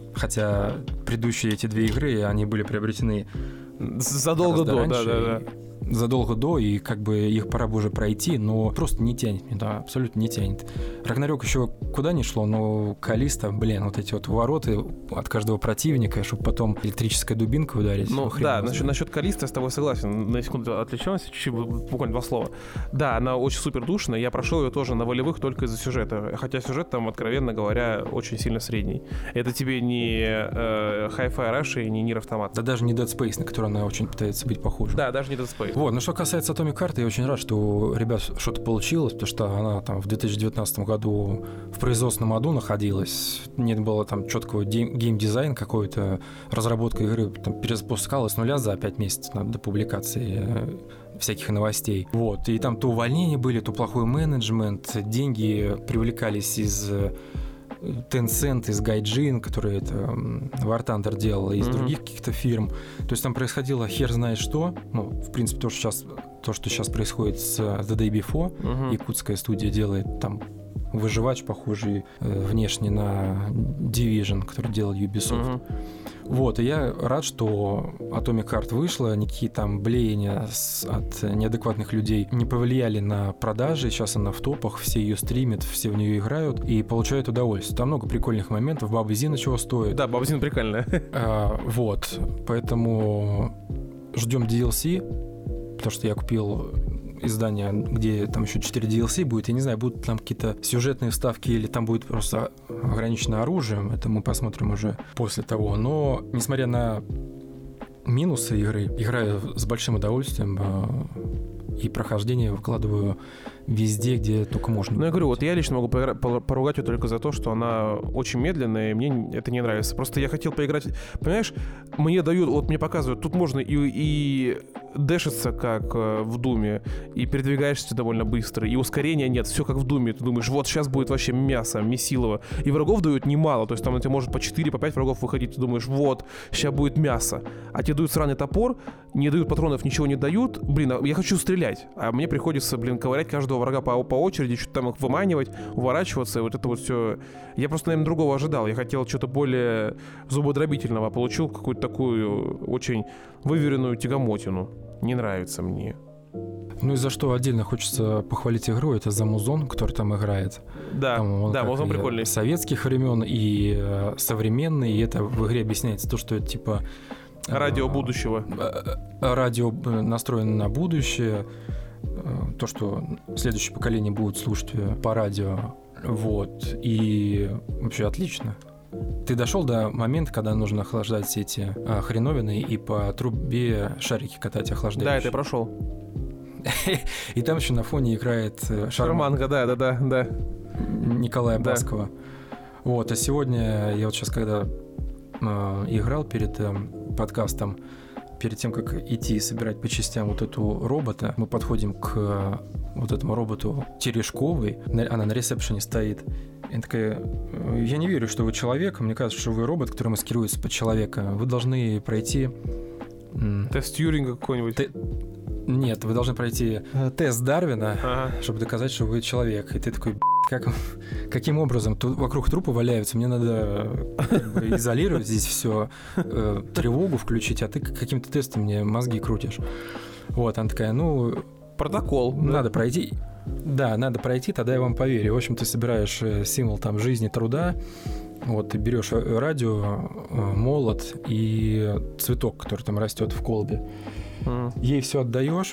хотя предыдущие эти две игры, они были приобретены
задолго до, да, да, да.
задолго до, и как бы их пора бы уже пройти, но просто не тянет мне, да, абсолютно не тянет. Рагнарёк еще куда ни шло, но Каллисто, блин, вот эти вот вороты от каждого противника, чтобы потом электрическая дубинка ударить.
Ну, да, насчет, насчет Каллисто я с тобой согласен. На секунду отвлечемся, чуть-чуть, буквально два слова. Да, она очень супер душная, я прошел ее тоже на волевых только из-за сюжета, хотя сюжет там, откровенно говоря, очень сильно средний. Это тебе не э, Hi-Fi Rush и не Nier Automata.
Да даже не Dead Space, на который она очень пытается быть похожа.
Да, даже не Dead Space.
Вот, ну что касается Atomic Heart, я очень рад, что у ребят что-то получилось, потому что она там в две тысячи девятнадцатом году в производственном аду находилась, не было там четкого гейм-дизайн какой-то, разработка игры там перезапускалась с нуля за пять месяцев до публикации всяких новостей. Вот, и там то увольнения были, то плохой менеджмент, деньги привлекались из Tencent, из Gaijin, который это War Thunder делал, из mm-hmm. других каких-то фирм. То есть там происходило хер знает что. Ну, в принципе, то, что сейчас, то, что сейчас происходит с The Day Before, mm-hmm. якутская студия делает там выживач, похожий э, внешне на Division, который делал Ubisoft. Mm-hmm. Вот, и я рад, что Atomic Heart вышла, никакие там блеяния с, от неадекватных людей не повлияли на продажи, сейчас она в топах, все ее стримят, все в нее играют и получают удовольствие. Там много прикольных моментов, Баба Зина чего стоит.
Да, Баба Зина прикольная.
А, вот, поэтому ждем ди эл си, потому что я купил издание, где там еще четыре ди эл си будет. Я не знаю, будут там какие-то сюжетные вставки или там будет просто ограничено оружием. Это мы посмотрим уже после того. Но, несмотря на минусы игры, играю с большим удовольствием. И прохождение выкладываю везде, где только можно.
Ну, я говорю, вот я лично могу поругать ее только за то, что она очень медленная, и мне это не нравится. Просто я хотел поиграть... Понимаешь, мне дают... Вот мне показывают, тут можно и, и дэшиться, как э, в Думе, и передвигаешься довольно быстро, и ускорения нет, все как в Думе. Ты думаешь, вот сейчас будет вообще мясо, месилово. И врагов дают немало, то есть там на тебя может по четыре, по пять врагов выходить, ты думаешь, вот, сейчас будет мясо. А тебе дают сраный топор, не дают патронов, ничего не дают. Блин, я хочу стрелять, а мне приходится, блин, ковырять каждого врага по, по очереди, что-то там их выманивать, уворачиваться, и вот это вот все. Я просто, наверное, другого ожидал. Я хотел что-то более зубодробительного, а получил какую-то такую очень выверенную тягомотину. Не нравится мне.
Ну и за что отдельно хочется похвалить игру, это за музон, который там играет.
Да, там да, музон прикольный.
Советских времен и э, современный, и это в игре объясняется то, что это типа...
Радио э, будущего.
Э, радио настроено на будущее, э, то, что следующее поколение будет слушать по радио, вот, и вообще отлично. Ты дошел до момента, когда нужно охлаждать все эти а, хреновины и по трубе шарики катать охлаждающие.
Да, это я прошел.
И там еще на фоне играет Шарманка.
Шарманка, да, да, да, да.
Николая
Да.
Баскова. Вот, а сегодня я вот сейчас, когда э, играл перед э, подкастом, перед тем, как идти и собирать по частям вот эту робота, мы подходим к э, вот этому роботу Терешковой, на- она на ресепшене стоит. Я такая, «Э, я не верю, что вы человек, мне кажется, что вы робот, который маскируется под человека. Вы должны пройти... м,
Тест Тьюринга какой-нибудь.
Ты- Нет, вы должны пройти э, тест Дарвина,
Ага.
чтобы доказать, что вы человек. И ты такой, «Б***ь, как, каким образом? Тут вокруг трупа валяются, мне надо как бы изолировать здесь все, э, тревогу включить, а ты каким-то тестом мне мозги крутишь. Вот, она такая, ну,
Протокол. да.
надо пройти. Да, надо пройти, тогда я вам поверю. В общем, ты собираешь э, символ там жизни, труда. Вот, ты берешь э, радио, э, молот и цветок, который там растет в колбе.
М.
Ей все отдаешь.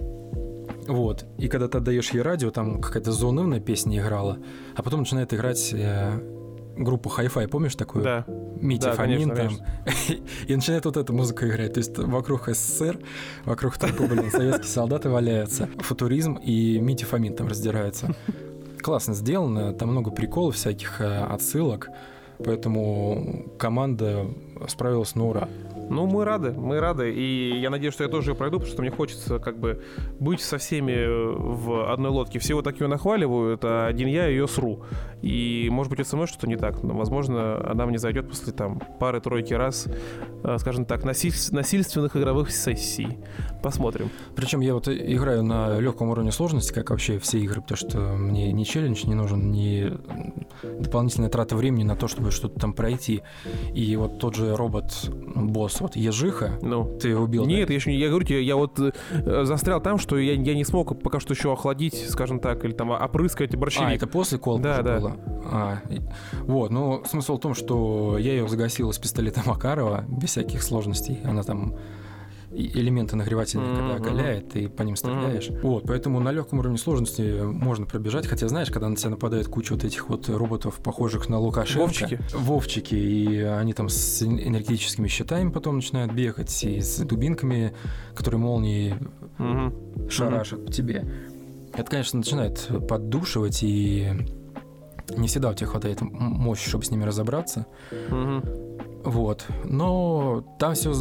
Вот. И когда ты отдаешь ей радио, там какая-то заунывная песня играла, а потом начинает играть э, группа Hi-Fi, помнишь такую?
Да.
Митя
Да,
Фомин
конечно,
там. И начинает вот эта музыка играть. То есть вокруг СССР, вокруг трупа, блин, советские солдаты валяются. Футуризм и Митя Фомин там раздираются. Классно сделано, там много приколов всяких, э, отсылок. Поэтому команда справилась на ура.
Ну, мы рады, мы рады. И я надеюсь, что я тоже ее пройду, потому что мне хочется как бы быть со всеми в одной лодке. Все вот так ее нахваливают, а один я ее сру. И, может быть, это со мной что-то не так. Но, возможно, она мне зайдет после там пары-тройки раз, э, скажем так, насиль- насильственных игровых сессий. Посмотрим.
Причем я вот играю на легком уровне сложности, как вообще все игры, потому что мне ни челлендж не нужен, ни дополнительная трата времени на то, чтобы что-то там пройти. И вот тот же робот-босс, вот Ежиха,
Ну,
ты его убил.
нет,
да?
я еще не, я говорю тебе, я вот э, застрял там, что я, я не смог пока что еще охладить, скажем так, или там опрыскать борщевик.
А, это после колбы
Да,
уже
да.
было? А, и- вот, ну, смысл в том, что я ее загасил из пистолета Макарова без всяких сложностей. Она там и- элементы нагревательные, когда
Мгм.
окаляет, ты по ним стреляешь. Вот, поэтому на легком уровне сложности можно пробежать. Хотя, знаешь, когда на тебя нападает куча вот этих вот роботов, похожих на Лукашенко.
Вовчики.
Вовчики, и они там с энергетическими щитами потом начинают бегать, и с дубинками, которые молнии
Мгм.
шарашат по тебе. Это, конечно, начинает поддушивать, и не всегда у тебя хватает м- мощи, чтобы с ними разобраться.
Мгм.
Вот. Но там все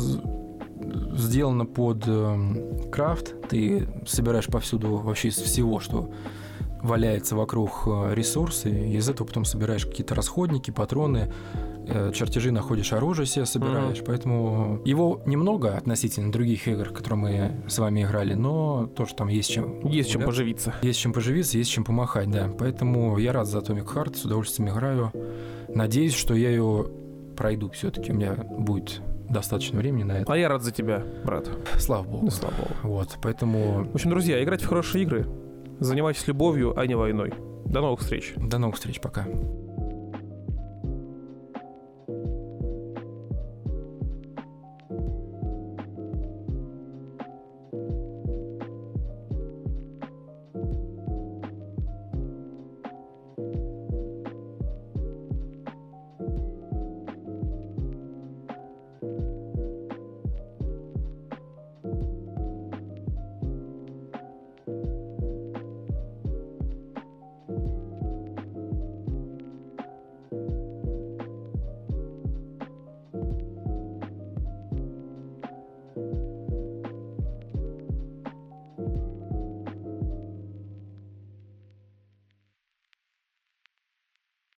сделано под эм, крафт. Ты собираешь повсюду вообще из всего, что валяется вокруг, э, ресурсы, и из этого потом собираешь какие-то расходники, патроны, э, чертежи, находишь оружие себе собираешь. Поэтому его немного относительно других игр, которые мы с вами играли, но тоже там есть чем
Есть чем
погуляться.
поживиться.
Есть чем поживиться, есть чем помахать, да. Поэтому я рад за Atomic Heart, с удовольствием играю. Надеюсь, что я ее пройду все-таки. У меня будет достаточно времени на это.
А я рад за тебя, брат.
Слава богу.
Ну, слава богу.
Вот, поэтому
В общем, друзья, играйте в хорошие игры. Занимайтесь любовью, а не войной. До новых встреч.
до новых встреч, пока.